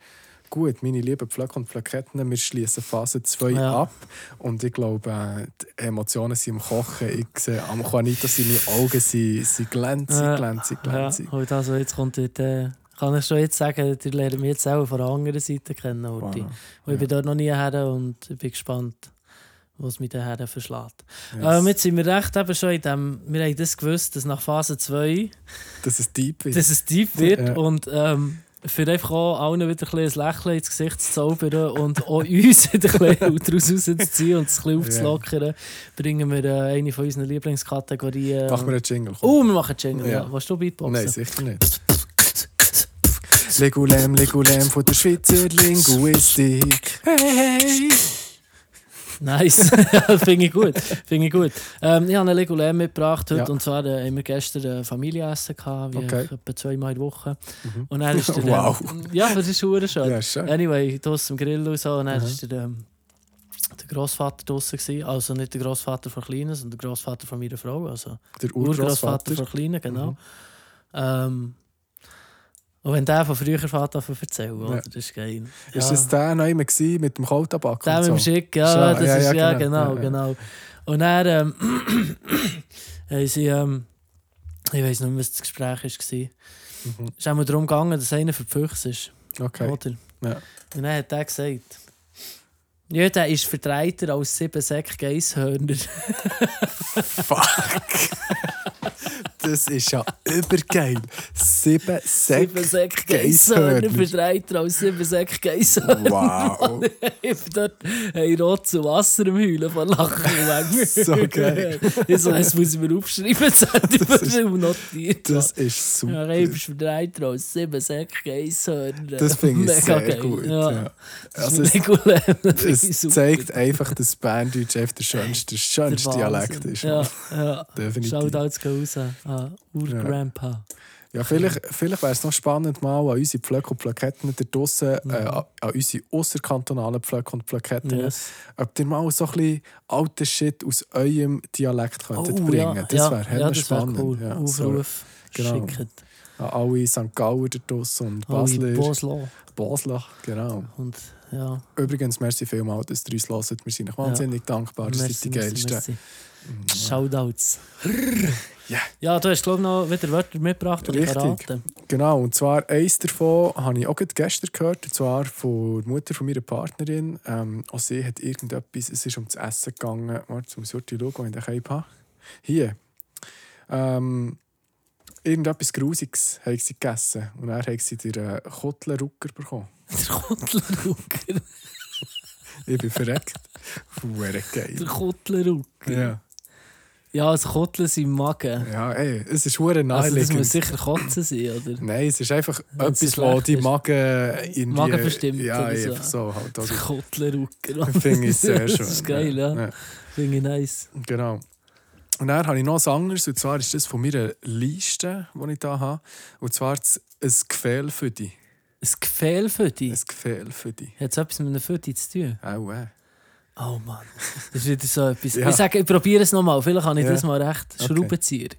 gut, meine lieben Pflöcke und Pflöcketten, wir schließen Phase 2 ab. Und ich glaube, die Emotionen sind am Kochen. Ich sehe am Juanito, seine Augen sind glänzig. Und also jetzt kommt dort, kann ich schon jetzt sagen, ihr lernt mich jetzt auch von der anderen Seite kennen. Wow. Ich bin dort noch nie her und ich bin gespannt, was mich daher verschlägt. Yes. Jetzt sind wir recht eben schon in dem, wir haben das gewusst, dass nach Phase 2 dass es deep wird. Ja. Und für einfach auch allen wieder ein Lächeln ins Gesicht zu zaubern und auch uns wieder ein daraus rauszuziehen und es ein bisschen aufzulockern, bringen wir eine von unseren Lieblingskategorien. Machen wir einen Jingle. Wir machen einen Jingle. Ja. Willst du Beatboxen? Nein, sicher nicht. Legulem von der Schweizer Linguistik. Hey! Nice, finde ich gut. Ich habe einen Legulem mitgebracht heute, und zwar haben wir gestern ein Familienessen gehabt, wie etwa 2-mal in der Woche. Und dann ist der, wow. Ja, das ist schön. Ja, schön. Anyway, draussen am Grill und so, und dann ist der Grossvater draussen gewesen. Also nicht der Grossvater von Kleinen, sondern der Grossvater von meiner Frau. Also der Urgroßvater von Kleinen, genau. Und wenn der von früher fährt, erzählen, oder? Das ist geil. Ja. Ist das der noch immer mit dem Kautabak? Der mit dem Schick, ja, das ist genau. Und dann haben sie, ich weiss nicht mehr, was das Gespräch war. Es ist auch darum gegangen, dass einer für die Füchse ist. Okay. Oder? Ja. Und dann hat er gesagt, ja, der ist vertreiter als 7 Säcke Geisshörner. Fuck! Das ist ja übergeil. 7 Säcke Geisshörner vertreiter als 7 Säcke Geisshörner. Wow! Ich bin dort rot zu Wasser im Heulen von Lachen. So geil. Das muss ich mir aufschreiben, das hätte ich mir notiert. Das ist super. Ja, ich bin vertreiter als 7 Säcke Geisshörner. Das finde ich sehr geil. Gut. Ja. Also es zeigt einfach, dass Berndeutsch einfach der schönste Dialekt ist. Ja. Definitiv. Schaut alles raus. Urgrandpa. Ja, vielleicht wäre es noch spannend, mal an unsere Pflöcke und Plaketten da draussen, an unsere ausserkantonalen Pflöcke und Plaketten, ob ihr mal so ein bisschen alten Shit aus eurem Dialekt könntet bringen. Ja. Das wäre hella spannend. Cool. Ja, Aufruf schicken. An alle St. Gauer da draussen und Basler. Basler, genau. Und, ja. Übrigens, merci vielmals, dass ihr uns hört. Wir sind euch wahnsinnig dankbar. Ihr seid die Geilsten. Shoutouts. Yeah. Ja, du hast, glaube ich, noch wieder Wörter mitgebracht. Richtig. Genau, und zwar eins davon habe ich auch gestern gehört, und zwar von der Mutter von meiner Partnerin. Auch sie hat irgendetwas, es ist um das Essen gegangen. Warte, jetzt muss ich schauen, wo ich den Cape habe. Hier. Irgendetwas Grusiges haben sie gegessen. Und dann haben sie den Kotlerucker bekommen. Der Kotlerucker? Ich bin verreckt. Fuere geil. Der Kotlerucker? Ja. Ja, also Kotteln sind im Magen. Ja, es ist hure naheliegend. Also das muss sicher Kotzen sein, oder? Nein, es ist einfach etwas, wo die Magen in Magen bestimmt. Ja, oder so. einfach so. Halt. Also, Kotlerucker. Finde ich sehr schön. Das ist geil, ja. Finde ich nice. Genau. Und dann habe ich noch etwas anderes, und zwar ist das von meiner Liste, die ich hier habe. Und zwar ein Gefähl für dich. Ein Gefähl für dich? Ein Gefähl für dich. Hat es etwas mit einem Föti zu tun? Auch, Oh Mann, das ist wieder so etwas. Ja. Ich sage, ich probiere es nochmal. Vielleicht habe ich das mal recht. Okay. Schraubenzieher.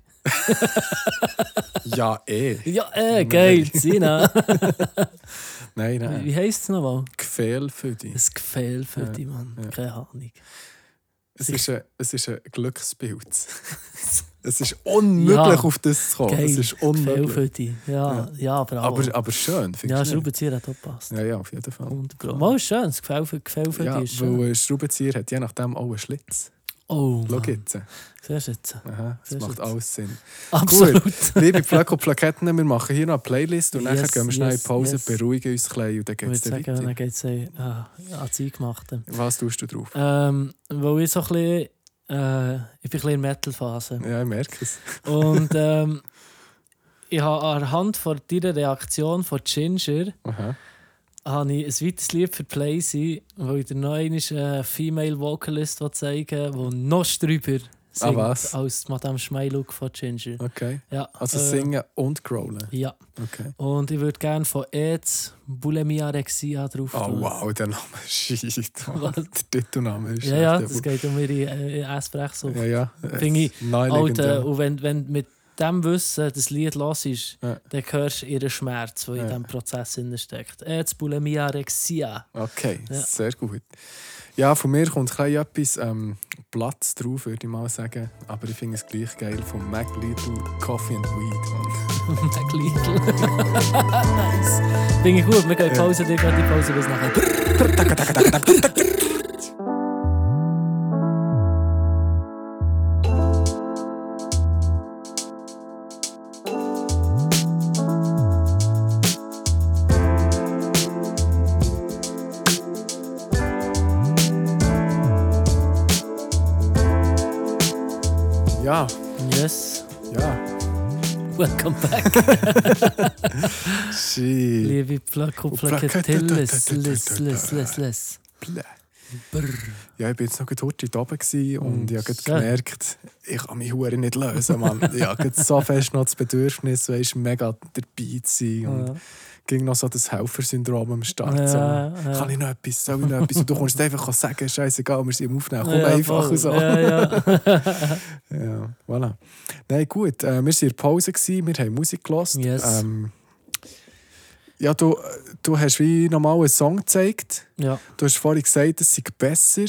Ja, Ja, geil. Sina. Nein. Wie heisst es nochmal? Gefähl für dich. Ein Gefähl für dich, Mann. Ja. Keine Ahnung. Es ist ein Glückspilz. Es ist unmöglich, auf das zu kommen. Geil. Es ist unmöglich. Für dich. Ja, aber schön, finde ich. Ja, Schraubenzieher hat auch gepasst. Ja, auf jeden Fall. Mal schön, das Gefäll für dich ist schön. Weil ein Schraubenzieher hat je nachdem auch einen Schlitz. Oh, schau jetzt. Siehst du jetzt? Aha, das macht alles Sinn. Absolut. Gut, liebe Pflöcke und Plaketten, wir machen hier noch eine Playlist und dann gehen wir schnell in Pause, beruhigen uns ein bisschen und dann geht es weiter. Dann geht es an das Eingemachte. Was tust du drauf? Weil ich so ein bisschen... ich bin ein bisschen in Metal-Phase. Ja, ich merke es. Und ich habe anhand von deiner Reaktion von Ginger habe ich ein weiteres Lied für Playsee, weil ich dir noch einen Female Vocalist zeigen will, der noch drüber singt als Madame Schmeilug von Ginger. Okay. Ja, also singen und growlen? Ja. Okay. Und ich würde gerne von Eds Bulimia Rexia drauf tun. Oh wow, der Name ist shit. Der Titelname ist ja, das geht um ihre Essbrechsucht. Ja. Finde ich, Alter, und wenn mit dem Wissen das Lied hörst, dann hörst du ihren Schmerz, der in diesem Prozess steckt. Jetzt Bulimia Rexia. Okay, sehr gut. Ja, von mir kommt etwas Platz drauf, würde ich mal sagen. Aber ich finde es gleich geil von Mac Little, Coffee and Weed. Mac Little. Nice. Finde ich gut. Wir gehen in Pause, dir geht die Pause bis nachher. Ja. Yes. Ja. Welcome back. Liebe Plakettilles. Ja, ich war jetzt noch heute oben und ich habe gemerkt, ich kann mich nicht lösen, Mann. Ich habe so fest noch das Bedürfnis, weißt, mega dabei zu sein. Und ging noch so das Helfersyndrom am Start. So, kann ich noch etwas, soll ich noch etwas? Und du kannst einfach sagen, scheißegal, wir sind im Aufnehmen, komm einfach. Und so. Ja, voilà. Nein, gut, wir waren in der Pause, wir haben Musik gehört. Yes. Ja, du hast wie normal einen Song gezeigt. Ja. Du hast vorhin gesagt, es sei besser.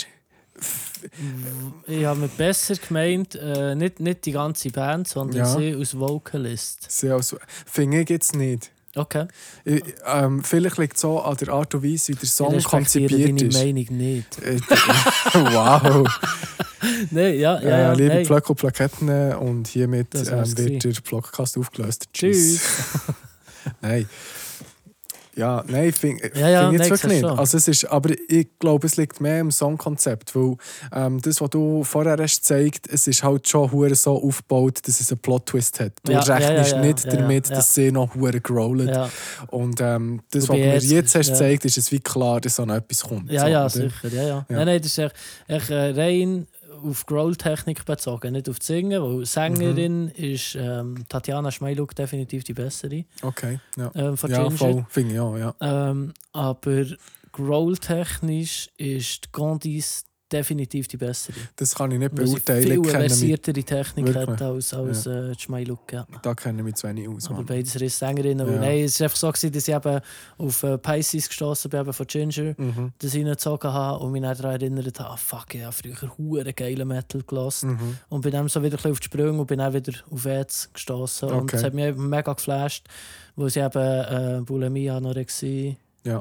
Ich habe mit besser gemeint, nicht die ganze Band, sondern sie als Vocalist. Sie finde ich jetzt nicht. Okay. Vielleicht liegt es so an der Art und Weise, wie der Song konzipiert ist. Ich Meinung nicht. Wow. Nein, ja. Liebe Plöcke und Plaketten, und hiermit wird der Podcast aufgelöst. Tschüss. Nein. Ja, nein, finde ich jetzt wirklich nicht. Also es ist, aber ich glaube, es liegt mehr im Songkonzept, weil das, was du vorher hast gezeigt, es ist halt schon hure so aufgebaut, dass es einen Plot-Twist hat. Du rechnest nicht damit, dass sie noch hure growlen. Ja. Und das, was du mir jetzt hast gezeigt, ist es wie klar, dass so noch etwas kommt. Ja, so, sicher. Ja. Nein, das ist echt rein auf Growl-Technik bezogen, nicht auf das Singen, weil Sängerin ist Tatjana Schmeiluk definitiv die bessere. Okay, ja. Von ja, voll, finde ich auch, ja. Aber Growl-technisch ist Gondis definitiv die bessere. Das kann ich nicht beurteilen. Viel versiertere Technik hat als Schmeiluk. Ja. Da kennen wir mich zu wenig aus. Aber beides ist Sängerinnen. Ja. Nein, es war einfach so, dass ich eben auf Pisces gestossen bin, von Ginger, das reingezogen habe und mich dann daran erinnert habe, fuck, ich habe früher hure geile Metal gelassen. Und bin dann so wieder auf die Sprünge und bin dann wieder auf Ads gestossen. Okay. Und es hat mich eben mega geflasht, wo sie eben Bulimie, Anorexie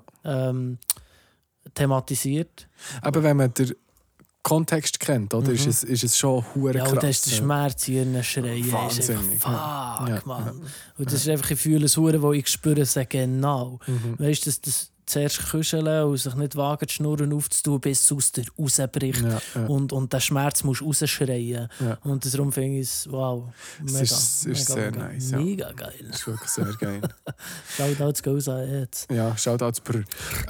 thematisiert. Aber wenn man den Kontext kennt, oder? Ist es schon hure krass. Ja, und da ist der Schmerz hier in den Schreien. Wahnsinnig. Fuck, Mann. Und das ist einfach, ich fühle es hure, wo ich spüre es genau. Weißt du, das zuerst kuscheln und sich nicht wagen, die Schnurren aufzutun, bis es aus dir rausbricht. Ja. Und den Schmerz musst du rausschreien. Ja. Und darum finde ich es, wow, mega, ist sehr nice. Mega geil. Das ist wirklich sehr geil. Shoutouts goes an jetzt. Ja, Shoutouts Brr.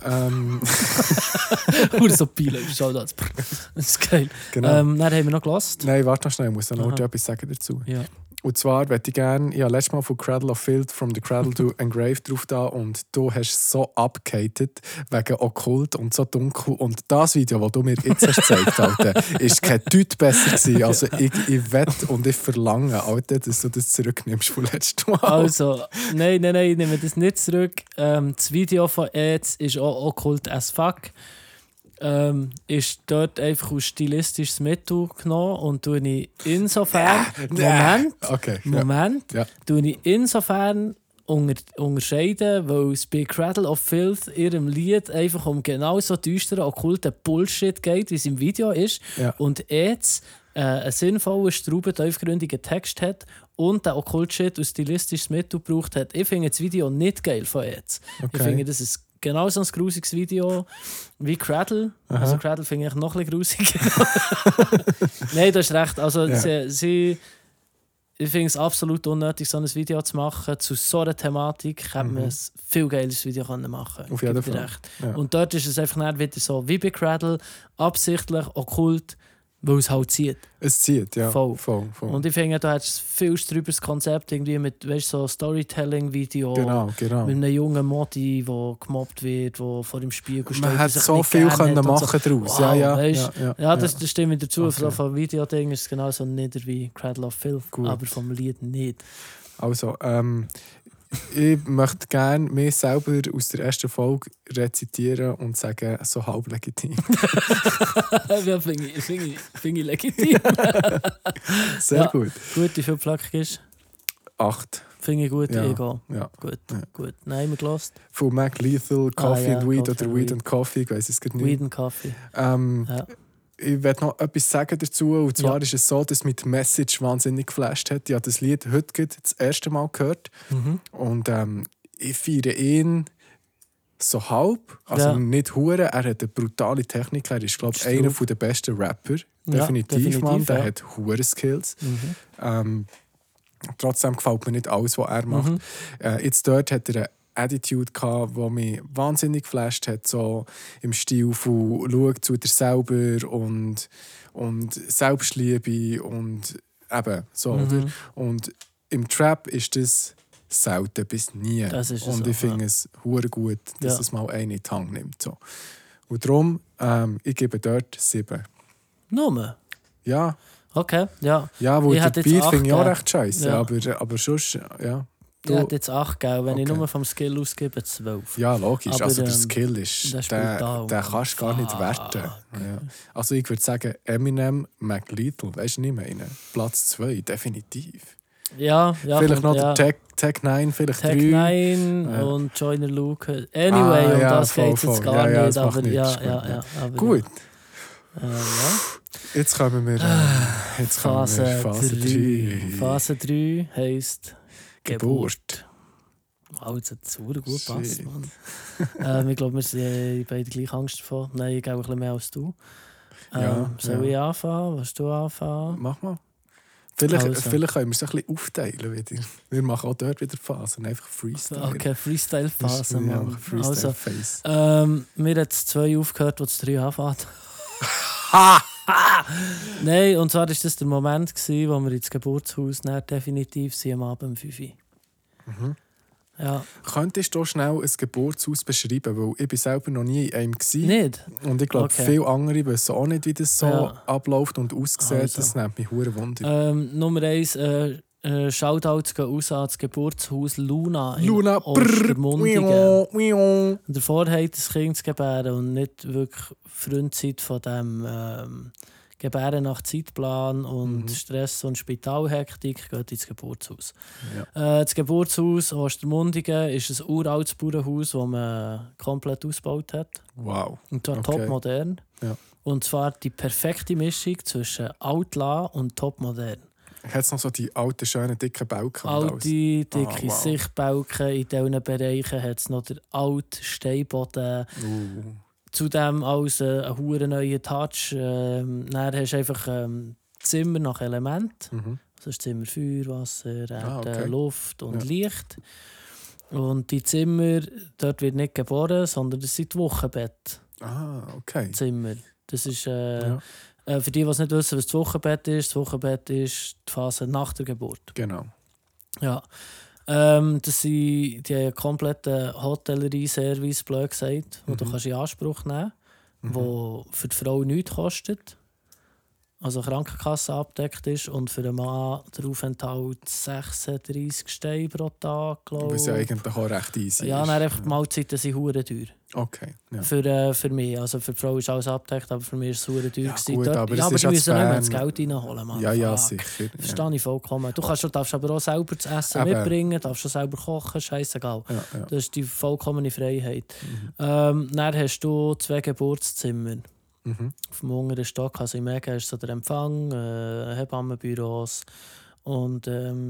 Nur so Pile, Shoutouts Brr. Das ist geil. Genau. Dann haben wir noch gelassen. Nein, warte noch schnell, ich muss noch etwas sagen dazu. Ja. Und zwar möchte ich gerne, ich habe letztes Mal von Cradle of Filth, From the Cradle to Engrave drauf da, und du hast so abgehatet wegen Okkult und so dunkel. Und das Video, das du mir jetzt hast gezeigt hast, ist kein Deut besser gewesen. Also ich wette und ich verlange, Alter, dass du das zurücknimmst von letztem Mal. Also, nein, ich nehme das nicht zurück. Das Video von jetzt ist auch okkult as fuck. Ist dort einfach aus stilistisches Mittel genommen und tue ich insofern tue ich insofern unterscheiden, weil es bei Cradle of Filth ihrem Lied einfach um genau so düsteren, okkulten Bullshit geht, wie es im Video ist, und jetzt einen sinnvollen, strauben, tiefgründigen Text hat und den Okkult-Shit aus stilistisches Mittel gebraucht hat. Ich finde das Video nicht geil von jetzt. Okay. Ich finde, das ist genau so ein grusiges Video wie Cradle. Aha. Also Cradle finde ich noch ein bisschen grusig. Nein, du hast recht. Also ich finde es absolut unnötig, so ein Video zu machen. Zu so einer Thematik hätte man ein viel geiles Video machen können. Auf jeden Fall. Ja. Und dort ist es einfach nicht wieder so wie bei Cradle, absichtlich, okkult, Weil es halt zieht. Es zieht, ja. Voll. Voll. Und ich finde, du hättest viel drüberes Konzept, irgendwie mit, weißt, so Storytelling-Video. Genau. Mit einem jungen Modi, der gemobbt wird, der vor dem Spiegel steht. Man hätte so viel können machen daraus. Wow, ja, das stimmt mir dazu. Okay. Von Videoding ist es genauso nieder wie Cradle of Filth, gut. Aber vom Lied nicht. Also, ich möchte gerne mich selber aus der ersten Folge rezitieren und sagen, so halb legitim. Ja, finde ich legitim. Sehr gut. Gut, wie viel Plack ist? 8. Finde ich gut, ja. Ego. Ja. Gut. Nein, wir gelost. Von Mac Lethal, Coffee and Weed oder Weed and Coffee, ich weiss es gerade nicht. Weed and Coffee. Ich werde noch etwas sagen dazu. Und zwar ist es so, dass mich die Message wahnsinnig geflasht hat. Ich habe das Lied heute das erste Mal gehört. Und ich feiere ihn so halb. Also nicht hure. Er hat eine brutale Technik. Er ist, glaube ich, einer der besten Rapper. Definitiv, Mann. Der hat hure Skills. Trotzdem gefällt mir nicht alles, was er macht. Jetzt dort hat er eine Attitude gehabt, die mich wahnsinnig geflasht hat, so im Stil von «Schau zu dir selber» und Selbstliebe und eben so, oder? Und im Trap ist das selten bis nie. Und ich finde es hure gut, dass es mal einen in die Hand nimmt. So. Und darum, ich gebe dort 7. Nur? Ja. Okay, ja. Ja, wo der Beat finde ich auch recht scheiße, aber sonst, ja. Ich hätte jetzt 8 gegeben, wenn ich nur vom Skill ausgebe, 12. Ja, logisch. Aber, also der Skill ist brutal, der kannst du gar nicht werten. Ja. Also ich würde sagen, Eminem, Mac Lethal, weißt du, was ich meine? Platz 2, definitiv. Ja, vielleicht noch der Tech 9, vielleicht 3. Tech 9 und Joyner Luke. Anyway, das geht jetzt gar nicht. Aber ja. Gut. Jetzt kommen wir Phase 3. Phase 3 heisst Geburt. Wow, jetzt hat es gut gepasst, Mann. Ich glaube, wir sind beide gleich Angst davor. Nein, ich glaube ein bisschen mehr als du. Soll ich anfangen? Willst du anfangen? Mach mal. Vielleicht können wir es ein bisschen aufteilen wieder. Wir machen auch dort wieder Phasen, einfach Freestyle. Okay, Freestyle-Phase, Mann. Freestyle-Phase. Mir hat es 2 aufgehört, wo es 3 anfängt. Nein, und zwar war das der Moment, wo wir ins Geburtshaus definitiv sind, am Abend um 5 Uhr. Ja. Könntest du schnell ein Geburtshaus beschreiben? Weil ich bin selber noch nie in einem gewesen. Nicht? Und ich glaube, viele andere wissen auch nicht, wie das so abläuft und aussieht. Also. Das nimmt mich hure Wunder. Nummer 1, Shoutouts gehen raus an das Geburtshaus Luna in Ostermundigen. Und davor hat das Kind zu gebären und nicht wirklich Freundzeit von dem Gebären nach Zeitplan und Stress und Spitalhektik geht ins Geburtshaus. Ja. Das Geburtshaus Ostermundigen ist ein uraltes Bauernhaus, das man komplett ausgebaut hat. Wow. Und zwar topmodern. Ja. Und zwar die perfekte Mischung zwischen Outlaw und topmodern. Hat es noch so die alten, schönen, dicken Balken? Alte, dicke Sichtbalken. In diesen Bereichen hat es noch den alten Steinboden. Zudem als ein huere neuer Touch. Dann hast du einfach Zimmer nach Element. Also Zimmer Feuer, Wasser, Erde, Luft und Licht. Und die Zimmer, dort wird nicht geboren, sondern das sind die Wochenbett. Zimmer. Das ist... für die, die nicht wissen, was das Wochenbett ist die Phase nach der Geburt. Genau. Ja. Das sind die kompletten Hotellerie-Service, blöd gesagt, wo du kannst in Anspruch nehmen kannst, wo für die Frau nichts kostet, also Krankenkasse abgedeckt ist und für den Mann der Aufenthalt 36 Steine pro Tag, glaube ich. Was ja eigentlich auch recht easy ist. Ja, dann einfach die Mahlzeiten sind hure teuer. Okay. Ja. Für mich. Also für die Frau ist alles abgedeckt, aber für mich ist es hure teuer. Gut, aber die müssen nicht mehr das Geld reinholen. Mann. Ja, sicher. Verstehe ich vollkommen. Du darfst aber auch selber das Essen mitbringen, darfst schon selber kochen, scheißegal. Ja. Das ist die vollkommene Freiheit. Dann hast du 2 Geburtszimmer. Auf dem unteren Stock, also im Egen hast du so den Empfang, Hebammenbüros und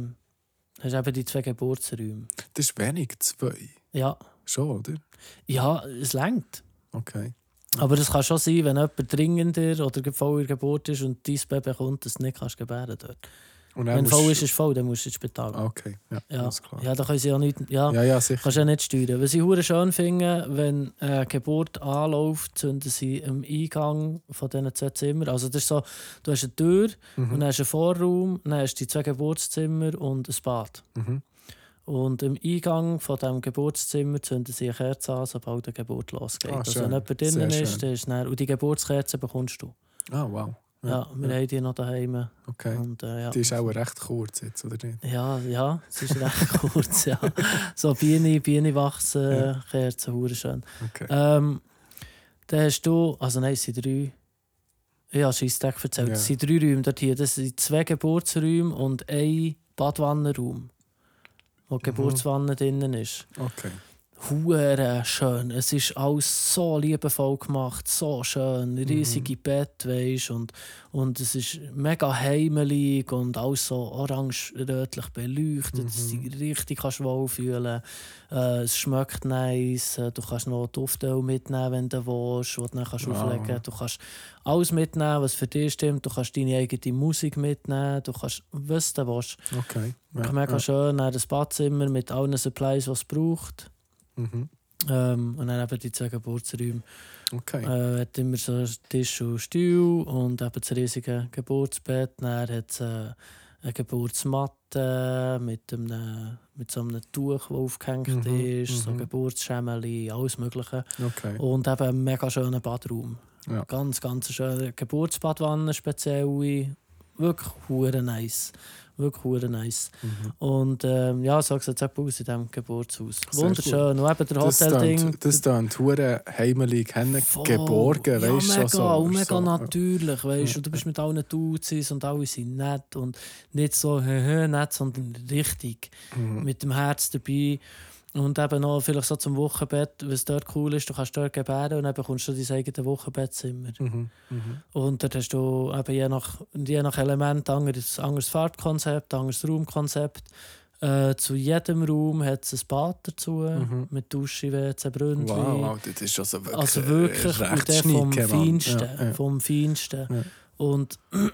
hast eben die 2 Geburtsräume. Das ist wenig, 2? Ja. Schon, oder? Ja, es reicht. Okay. Aber es kann schon sein, wenn jemand dringender oder voller Geburt ist und dein Baby kommt, dass du nicht gebären dort. Wenn voll ist, ist voll, dann musst du ins Spital. Okay, ja, alles klar. Ja, da können sie ja nicht... Ja, sicher. Kannst du ja nicht steuern. Was ich hure schön finde, wenn eine Geburt anläuft, zünden sie am Eingang von diesen 2 Zimmern. Also das ist so, du hast eine Tür und dann hast du einen Vorraum, dann hast du die 2 Geburtszimmer und ein Bad. Und im Eingang von diesem Geburtszimmer zünden sie eine Kerze an, sobald die Geburt losgeht. Also wenn jemand drinnen ist, dann ist dann, und die Geburtskerze bekommst du. Wow. Ja, wir haben die noch daheim. Okay. Und, die ist auch recht kurz jetzt, oder nicht? Ja, sie ist recht kurz, ja. So Bienen wachsen, Kerzen, hure schön. Okay. Dann hast du, also nein, es sind 3. Ja, Scheissdreck erzählt. Es sind 3 Räume dort hier. Das sind 2 Geburtsräume und ein Badwannenraum, wo die Geburtswanne drinnen ist. Okay. Hure schön. Es ist alles so liebevoll gemacht, so schön. Riesige Bett, weißt, und es ist mega heimelig und alles so orange-rötlich beleuchtet, dass du dich richtig wohlfühlen kannst. Es schmeckt nice. Du kannst noch Duftöl mitnehmen, wenn du willst, das du dann auflegen kannst. Du kannst alles mitnehmen, was für dich stimmt. Du kannst deine eigene Musik mitnehmen. Du kannst, was du willst. Okay. Mega schön. Dann das Badzimmer mit allen Supplies, die es braucht. Und dann eben die 2 Geburtsräume. Okay. Hat immer so einen Tisch und Stuhl und eben das riesige Geburtsbett. Dann hat es eine Geburtsmatte mit so einem Tuch, das aufgehängt ist, so Geburtsschemmeli, alles Mögliche. Okay. Und eben einen mega schönen Badraum. Ja. Ganz schöne Geburtsbadwanne, speziell. Wirklich hure nice. Wirklich hure nice. Und so sieht es jetzt aus in diesem Geburtshaus. Sehr wunderschön. gut. Und eben der Hotelding. Das klingt hure heimelig, geborgen, ja, weißt du? Mega, so, mega natürlich, weißt du. Du bist mit allen Duzis und alle sind nett und nicht so nett, sondern richtig. Mit dem Herz dabei. Und eben noch vielleicht so zum Wochenbett, was dort cool ist, du kannst dort gebären und dann bekommst du dein eigenes Wochenbettzimmer. Und dort hast du eben je nach Element anderes Farbkonzept, anderes Raumkonzept. Zu jedem Raum hat es ein Bad dazu, mit Dusche, WC, Brünnchen. Wow, das ist also wirklich recht vom Feinsten. Vom Feinsten. Ja. Und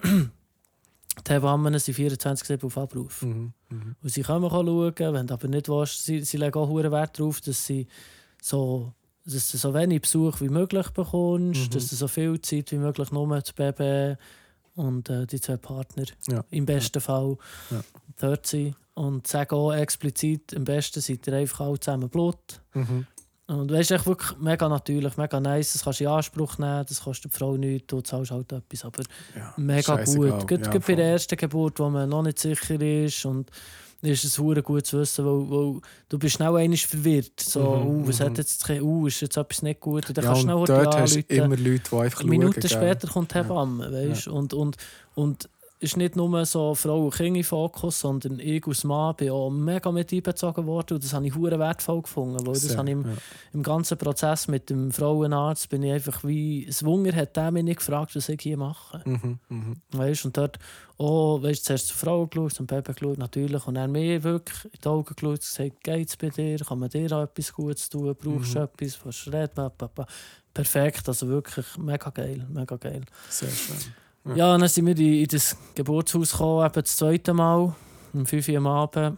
die Hebammen sind 24/7 auf Abruf. Und sie können schauen, wenn du aber nicht willst. Sie legen auch hohen Wert darauf, dass du so wenig Besuch wie möglich bekommst, dass du so viel Zeit wie möglich nur das Baby und die 2 Partner im besten Fall dort sind. Und sagen auch explizit, am besten seid ihr einfach alle zusammen Blut. Und weißt du, wirklich mega natürlich, mega nice. Das kannst du in Anspruch nehmen, das kostet die Frau nichts, du zahlst halt etwas, aber mega gut. Gerade bei der ersten Geburt, wo man noch nicht sicher ist, und ist es verdammt gut zu wissen, weil du bist schnell einmal verwirrt. So, was hat jetzt ist jetzt etwas nicht gut? Und dann kannst du schnell dort hast du immer Leute, die einfach schauen. Minuten später kommt die Hebamme, weißt? Und es ist nicht nur so Frau und Kind im Fokus, sondern ich als Mann bin auch mega mit einbezogen worden und das habe ich verdammt wertvoll gefunden, weil das habe ich im ganzen Prozess mit dem Frauenarzt bin ich einfach wie das Wunder hat der mich nicht gefragt, was ich hier mache. Weißt, und dort zuerst zur Frau geschaut, zum Baby geschaut, natürlich, und dann mir wirklich in die Augen geschaut und gesagt, geht's bei dir, kann man dir auch etwas Gutes tun, brauchst du etwas, was du reden, perfekt, also wirklich mega geil. Sehr schön. Ja, dann sind wir in das Geburtshaus gekommen, eben das 2. Mal, um 5 Uhr am Abend.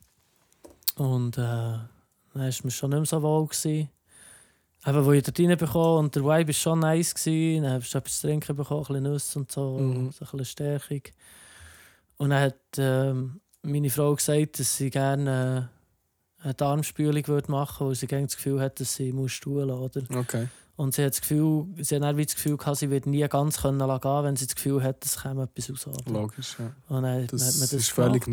Und dann war es mir schon nicht mehr so wohl. Eben, wo ich dort reinbekommen und der Vibe war schon nice. Dann hast du etwas zu trinken bekommen, ein bisschen Nüsse und so, so ein bisschen Stärkung. Und dann hat meine Frau gesagt, dass sie gerne eine Darmspülung machen würde, weil sie gerne das Gefühl hat, dass sie stuhlen muss. Okay. Und sie hat das Gefühl gehabt, sie wird nie ganz gehen können, wenn sie das Gefühl hat, es käme etwas raus. Oder? Logisch, ja. Und dann das hat man das ist völlig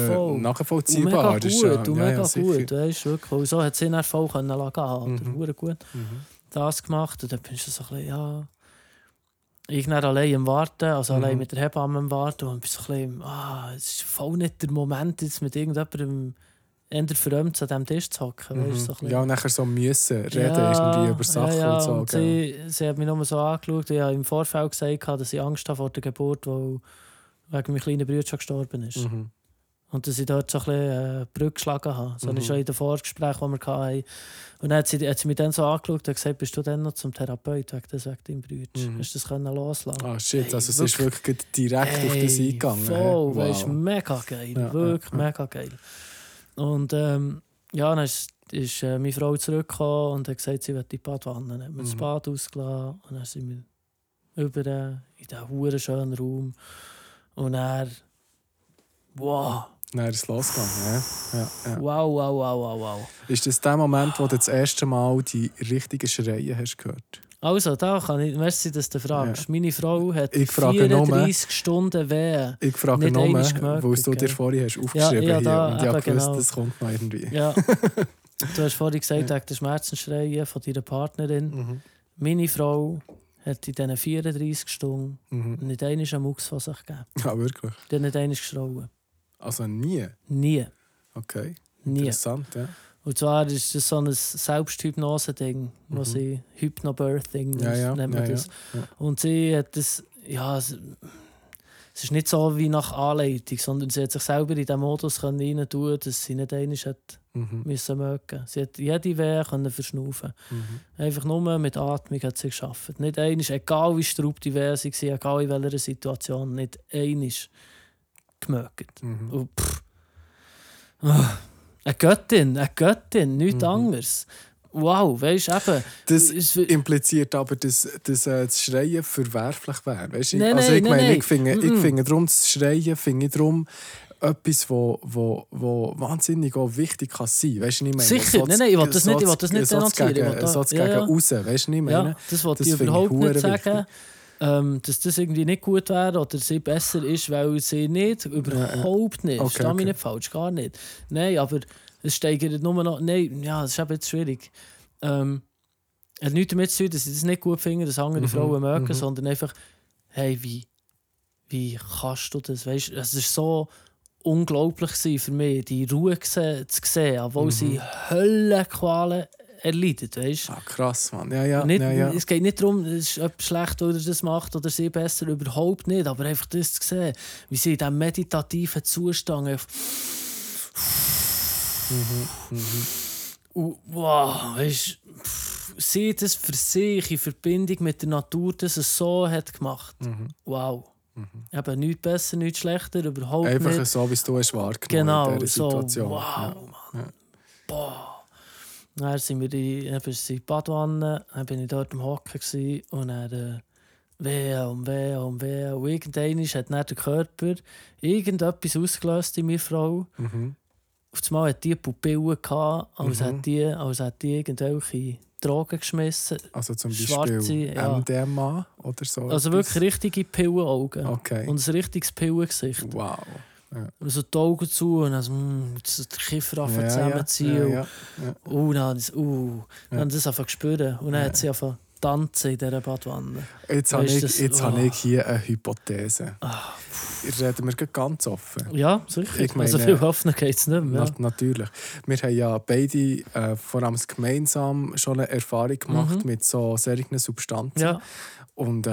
Und nachvollziehbar. mega gut, weißt, wirklich. Und so hat sie dann voll gehen oder? Gut. Das gemacht und dann bin ich so ein bisschen, ich dann allein am Warten, also allein mit der Hebamme am Warten und bin so ein bisschen, es ist voll nicht der Moment, jetzt mit irgendjemandem eher fremd an diesem Tisch zu hocken. So und nachher so müssen reden irgendwie über Sachen und so. Und sie hat mich nur so angeschaut. Ich habe im Vorfeld gesagt, dass ich Angst habe vor der Geburt, weil wegen meinem kleinen Bruder schon gestorben ist. Und dass ich dort so ein bisschen Brücke geschlagen habe. So schon in den Vorgesprächen, die wir hatten. Und dann hat sie mich dann so angeschaut und gesagt, bist du dann noch zum Therapeut wegen deinem Bruder? Hast du das loslassen? Ah, shit, also es ist wirklich direkt auf das eingegangen. Voll, wow. Weißt, mega geil, wirklich mega geil. Und dann ist meine Frau zurückgekommen und hat gesagt, sie will in die Badwanne. Dann haben wir das Bad ausgelassen und dann sind wir über in diesen huere schönen Raum. Und dann... Wow! Dann ist es losgegangen, ja. Wow. Ist das der Moment, wo du das erste Mal die richtigen Schreien hast gehört? Also, da kann ich... Merci, dass du fragst. Ja. Meine Frau hat 34 Stunden Wehen. Ich frage nur, weil du dir vorhin hast aufgeschrieben hast. Und ich habe gewusst, das kommt noch irgendwie. Ja. Du hast vorhin gesagt, wegen der Schmerzensschreien von deiner Partnerin. Meine Frau hat in diesen 34 Stunden nicht einmal einen Mucks von sich gegeben. Ah, wirklich? Die hat nicht einmal geschrauen. Also nie? Nie. Okay, nie. Interessant, ja. Und zwar ist das so ein Selbsthypnose-Ding, was sie Hypnobirthing nennt man das. Ja. Und sie hat das, es ist nicht so wie nach Anleitung, sondern sie hat sich selber in diesen Modus rein tun, dass sie nicht einmal müssen mögen. Sie hat jede Wehe verschnaufen. Einfach nur mit Atmung hat sie geschafft. Nicht einmal, egal wie straub die Wehe war, egal in welcher Situation, nicht einmal gemögt. Und eine Göttin, nichts anderes. Wow, weißt du, eben. Das impliziert aber, dass das Schreien verwerflich wäre. Weißt du? Nein, also ich meine, ich finde finde darum, das Schreien finde ich darum etwas, wo wahnsinnig auch wichtig kann sein. Weißt du, ich meine, sicher, ich will das nicht denunzieren. So gegen raus, weißt du, ich meine? Ja, das wollte ich überhaupt nicht sagen. Dass das irgendwie nicht gut wäre oder sie besser ist, weil sie nicht, überhaupt nicht. Okay, verstehe mich nicht falsch, gar nicht. Nein, aber es steigert nur noch... Nein, ja, das ist eben jetzt schwierig. Hat nichts damit zu tun, dass ich das nicht gut finde, dass andere Frauen mögen, sondern einfach, hey, wie kannst du das? Weißt, es war so unglaublich für mich, die Ruhe zu sehen, obwohl sie Höllenqualen erleidet, weißt? Ah, krass, Mann. Ja. Es geht nicht darum, es ist etwas schlecht, oder das macht oder sie besser, überhaupt nicht, aber einfach das zu sehen, wie sie in diesem meditativen Zustand wow, weißt, sie das für sich in Verbindung mit der Natur, dass es so hat gemacht. Wow. Eben nichts besser, nichts schlechter, überhaupt einfach nicht. Einfach so, wie du es wahrgenommen genau, in dieser Situation. So, wow, Mann. Boah. Dann sind wir in die Badwanne, dann bin ich dort am Hocken und dann weh. Und irgendwann hat dann der Körper irgendetwas ausgelöst in meiner Frau. Auf einmal hat die Pupillen gehabt, als hat die irgendwelche Drogen geschmissen. Also zum Beispiel schwarze, MDMA oder so? Also wirklich richtige Pillenaugen. Okay. Und ein richtiges Pillengesicht. Wow. Ja. Also die Augen zu und dann den Kiffer zusammenziehen. Dann das einfach spüren. Und dann hat sie einfach tanzen in dieser Badwanne. Jetzt habe ich hier eine Hypothese. Reden wir ganz offen. Ja, sicher. Ich meine, also viel offener geht es nicht mehr. Natürlich. Wir haben ja beide vor allem gemeinsam schon eine Erfahrung gemacht mit solchen Substanzen. Ja. Und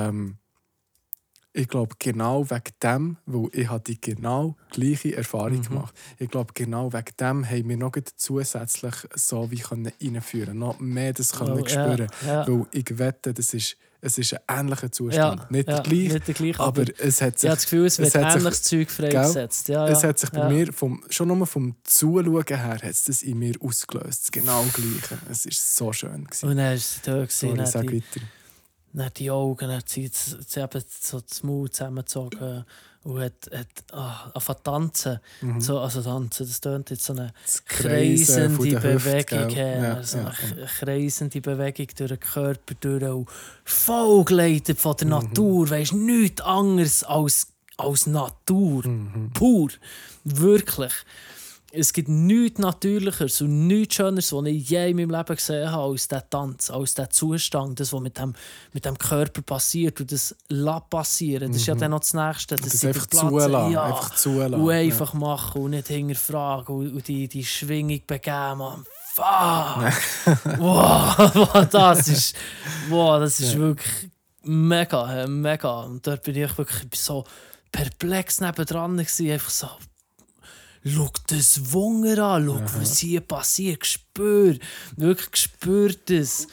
ich glaube, genau wegen dem, weil ich die genau gleiche Erfahrung gemacht. Ich glaube, genau wegen dem haben wir noch zusätzlich so wie reinführen, noch mehr das können spüren. Ja. Weil ich wette, es ist ein ähnlicher Zustand. Nicht der gleiche, aber es hat sich... Ich habe das Gefühl, es wird ähnliches Zeug freigesetzt. Es hat sich bei mir, schon nur vom Zuschauen her, hat es das in mir ausgelöst. Das genau Gleiche. Es war so schön. Und dann ist sie da gewesen. Sag weiter. Dann die Augen, dann hat sie eben so das Maul zusammengezogen und hat angefangen zu tanzen. So, also tanzen, das tönt jetzt so eine kreisende Bewegung. Eine kreisende Bewegung durch den Körper durch und vollgeleitet von der Natur. Weisst, nichts anderes als Natur. Pur. Wirklich. Es gibt nichts Natürlicheres und nichts Schöneres, was ich je in meinem Leben gesehen habe, als dieser Tanz, als dieser Zustand, das, was mit dem Körper passiert und das passieren. Das ist ja dann noch das Nächste. Das einfach zulassen. Ja. Einfach zulassen. Und einfach machen und nicht hinterfragen und die Schwingung begeben. Man. Fuck! Wow, das ist wirklich mega. Und dort bin ich wirklich so perplex nebendran gewesen, einfach so... schau das Wunder an, schau, was hier passiert, spür, wirklich spürt es.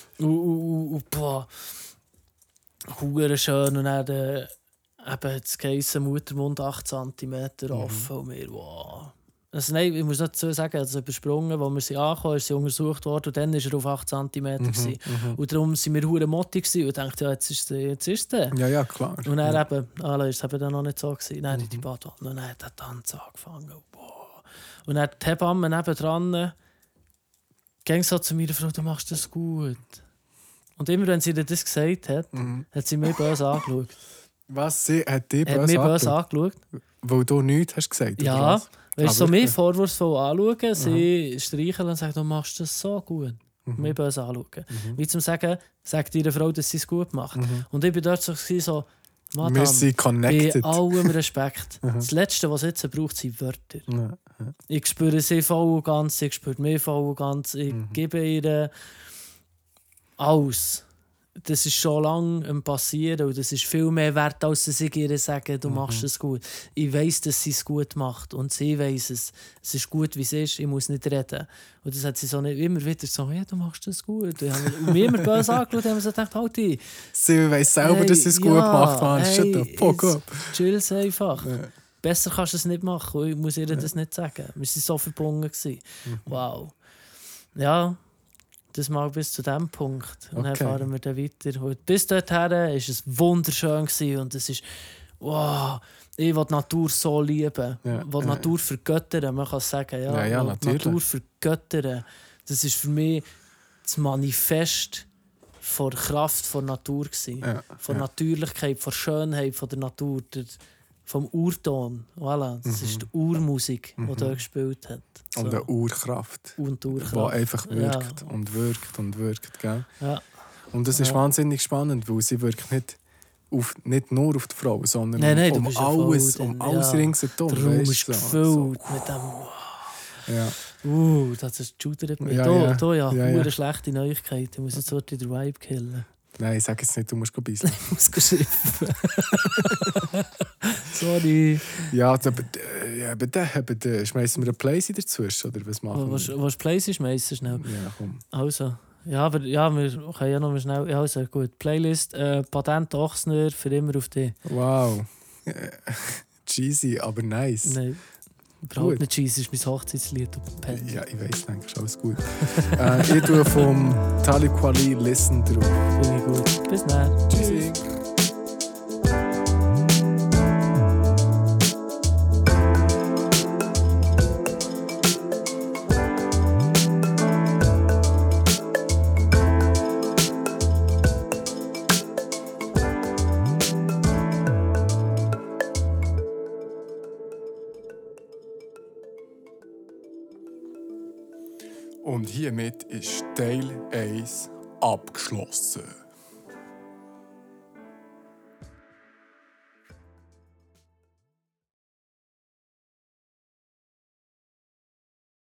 Boah, hure schön. Und dann eben das geheissen Muttermund 8 cm offen und wir, wow. Also nein, ich muss dazu sagen, also übersprungen, als wir sie angekommen ist sie untersucht worden und dann war er auf 8 cm. Und darum waren wir hure mottig und dachten, ja, jetzt ist der. Ja, klar. Und dann eben, war es eben dann noch nicht so gewesen. Dann in die Badwanne und dann hat der Tanz angefangen. Wow. Und dann die Hebamme nebendran ging so zu mir, Frau, du machst das gut. Und immer wenn sie dir das gesagt hat, hat sie mich böse angeschaut. Was? Sie hat dich böse angeschaut? Weil du nichts hast gesagt? Ja. Weißt du, so mich vorwurfsvoll anschauen, sie streicheln und sagen, du machst das so gut. Mich böse anschauen. Wie zum Sagen, sagt ihre Frau, dass sie es gut macht. Und ich war dort so, Madame, wir sind connected. Bei allem Respekt. Das Letzte, was jetzt braucht, sind Wörter. Ich spüre sie voll und ganz, ich spüre mich voll und ganz. Ich gebe ihr alles. Das ist schon lange am Passieren und das ist viel mehr wert, als dass ich ihr sage, du machst es gut. Ich weiss, dass sie es gut macht und sie weiss es. Es ist gut, wie es ist, ich muss nicht reden. Und das hat sie so nicht immer wieder so, ja, du machst das gut. Und mir immer böse angeschaut und haben so gedacht, halt dich. Sie weiss selber, dass sie es gut macht, man. Shut the fuck up. Chill's einfach. Ja. Besser kannst du es nicht machen, ich muss ihr das nicht sagen. Wir waren so verbunden. Wow. Ja. Das mal bis zu diesem Punkt. Und dann fahren wir dann weiter. Und bis dorthin war es wunderschön. Und es ist, wow, ich will die Natur so lieben. Ich will die Natur vergöttern, man kann sagen. Ja, natürlich. Natur vergöttern. Das war für mich das Manifest von der Kraft der Natur. Von Natürlichkeit, von Schönheit von der Natur. Vom Urton. Voilà. Das ist die Urmusik, die da gespielt hat. So. Und eine Urkraft. Die einfach wirkt und wirkt und wirkt. Gell? Ja. Und das ist wahnsinnig spannend, weil sie wirkt nicht nur auf die Frau, sondern um alles ringsherum. Der Raum ist gefüllt mit dem... Ja. Das ist schudert mich. Ja, schlechte Neuigkeiten. Ich muss jetzt heute den Vibe killen. Nein, sag jetzt nicht, du musst beiseln. Ich muss schiffen. Sorry. Ja, aber schmeißen wir eine Playsee dazwischen, oder was machen wir? Was Playsee schmeißen schnell? Ja, komm. Also, ja, aber ja, wir können ja noch mal schnell... Ja, also gut. Playlist, Patent Ochsner, für immer auf dich. Wow. Cheesy, aber nice. Nein. Überhaupt nicht cheesy, ist mein Hochzeitslied. Ja, ich weiss, denke ich, alles gut. Ich tue vom Talib Kweli Listen drauf. Finde ich gut. Bis dann. Tschüssi. Und hiermit ist Teil 1 abgeschlossen.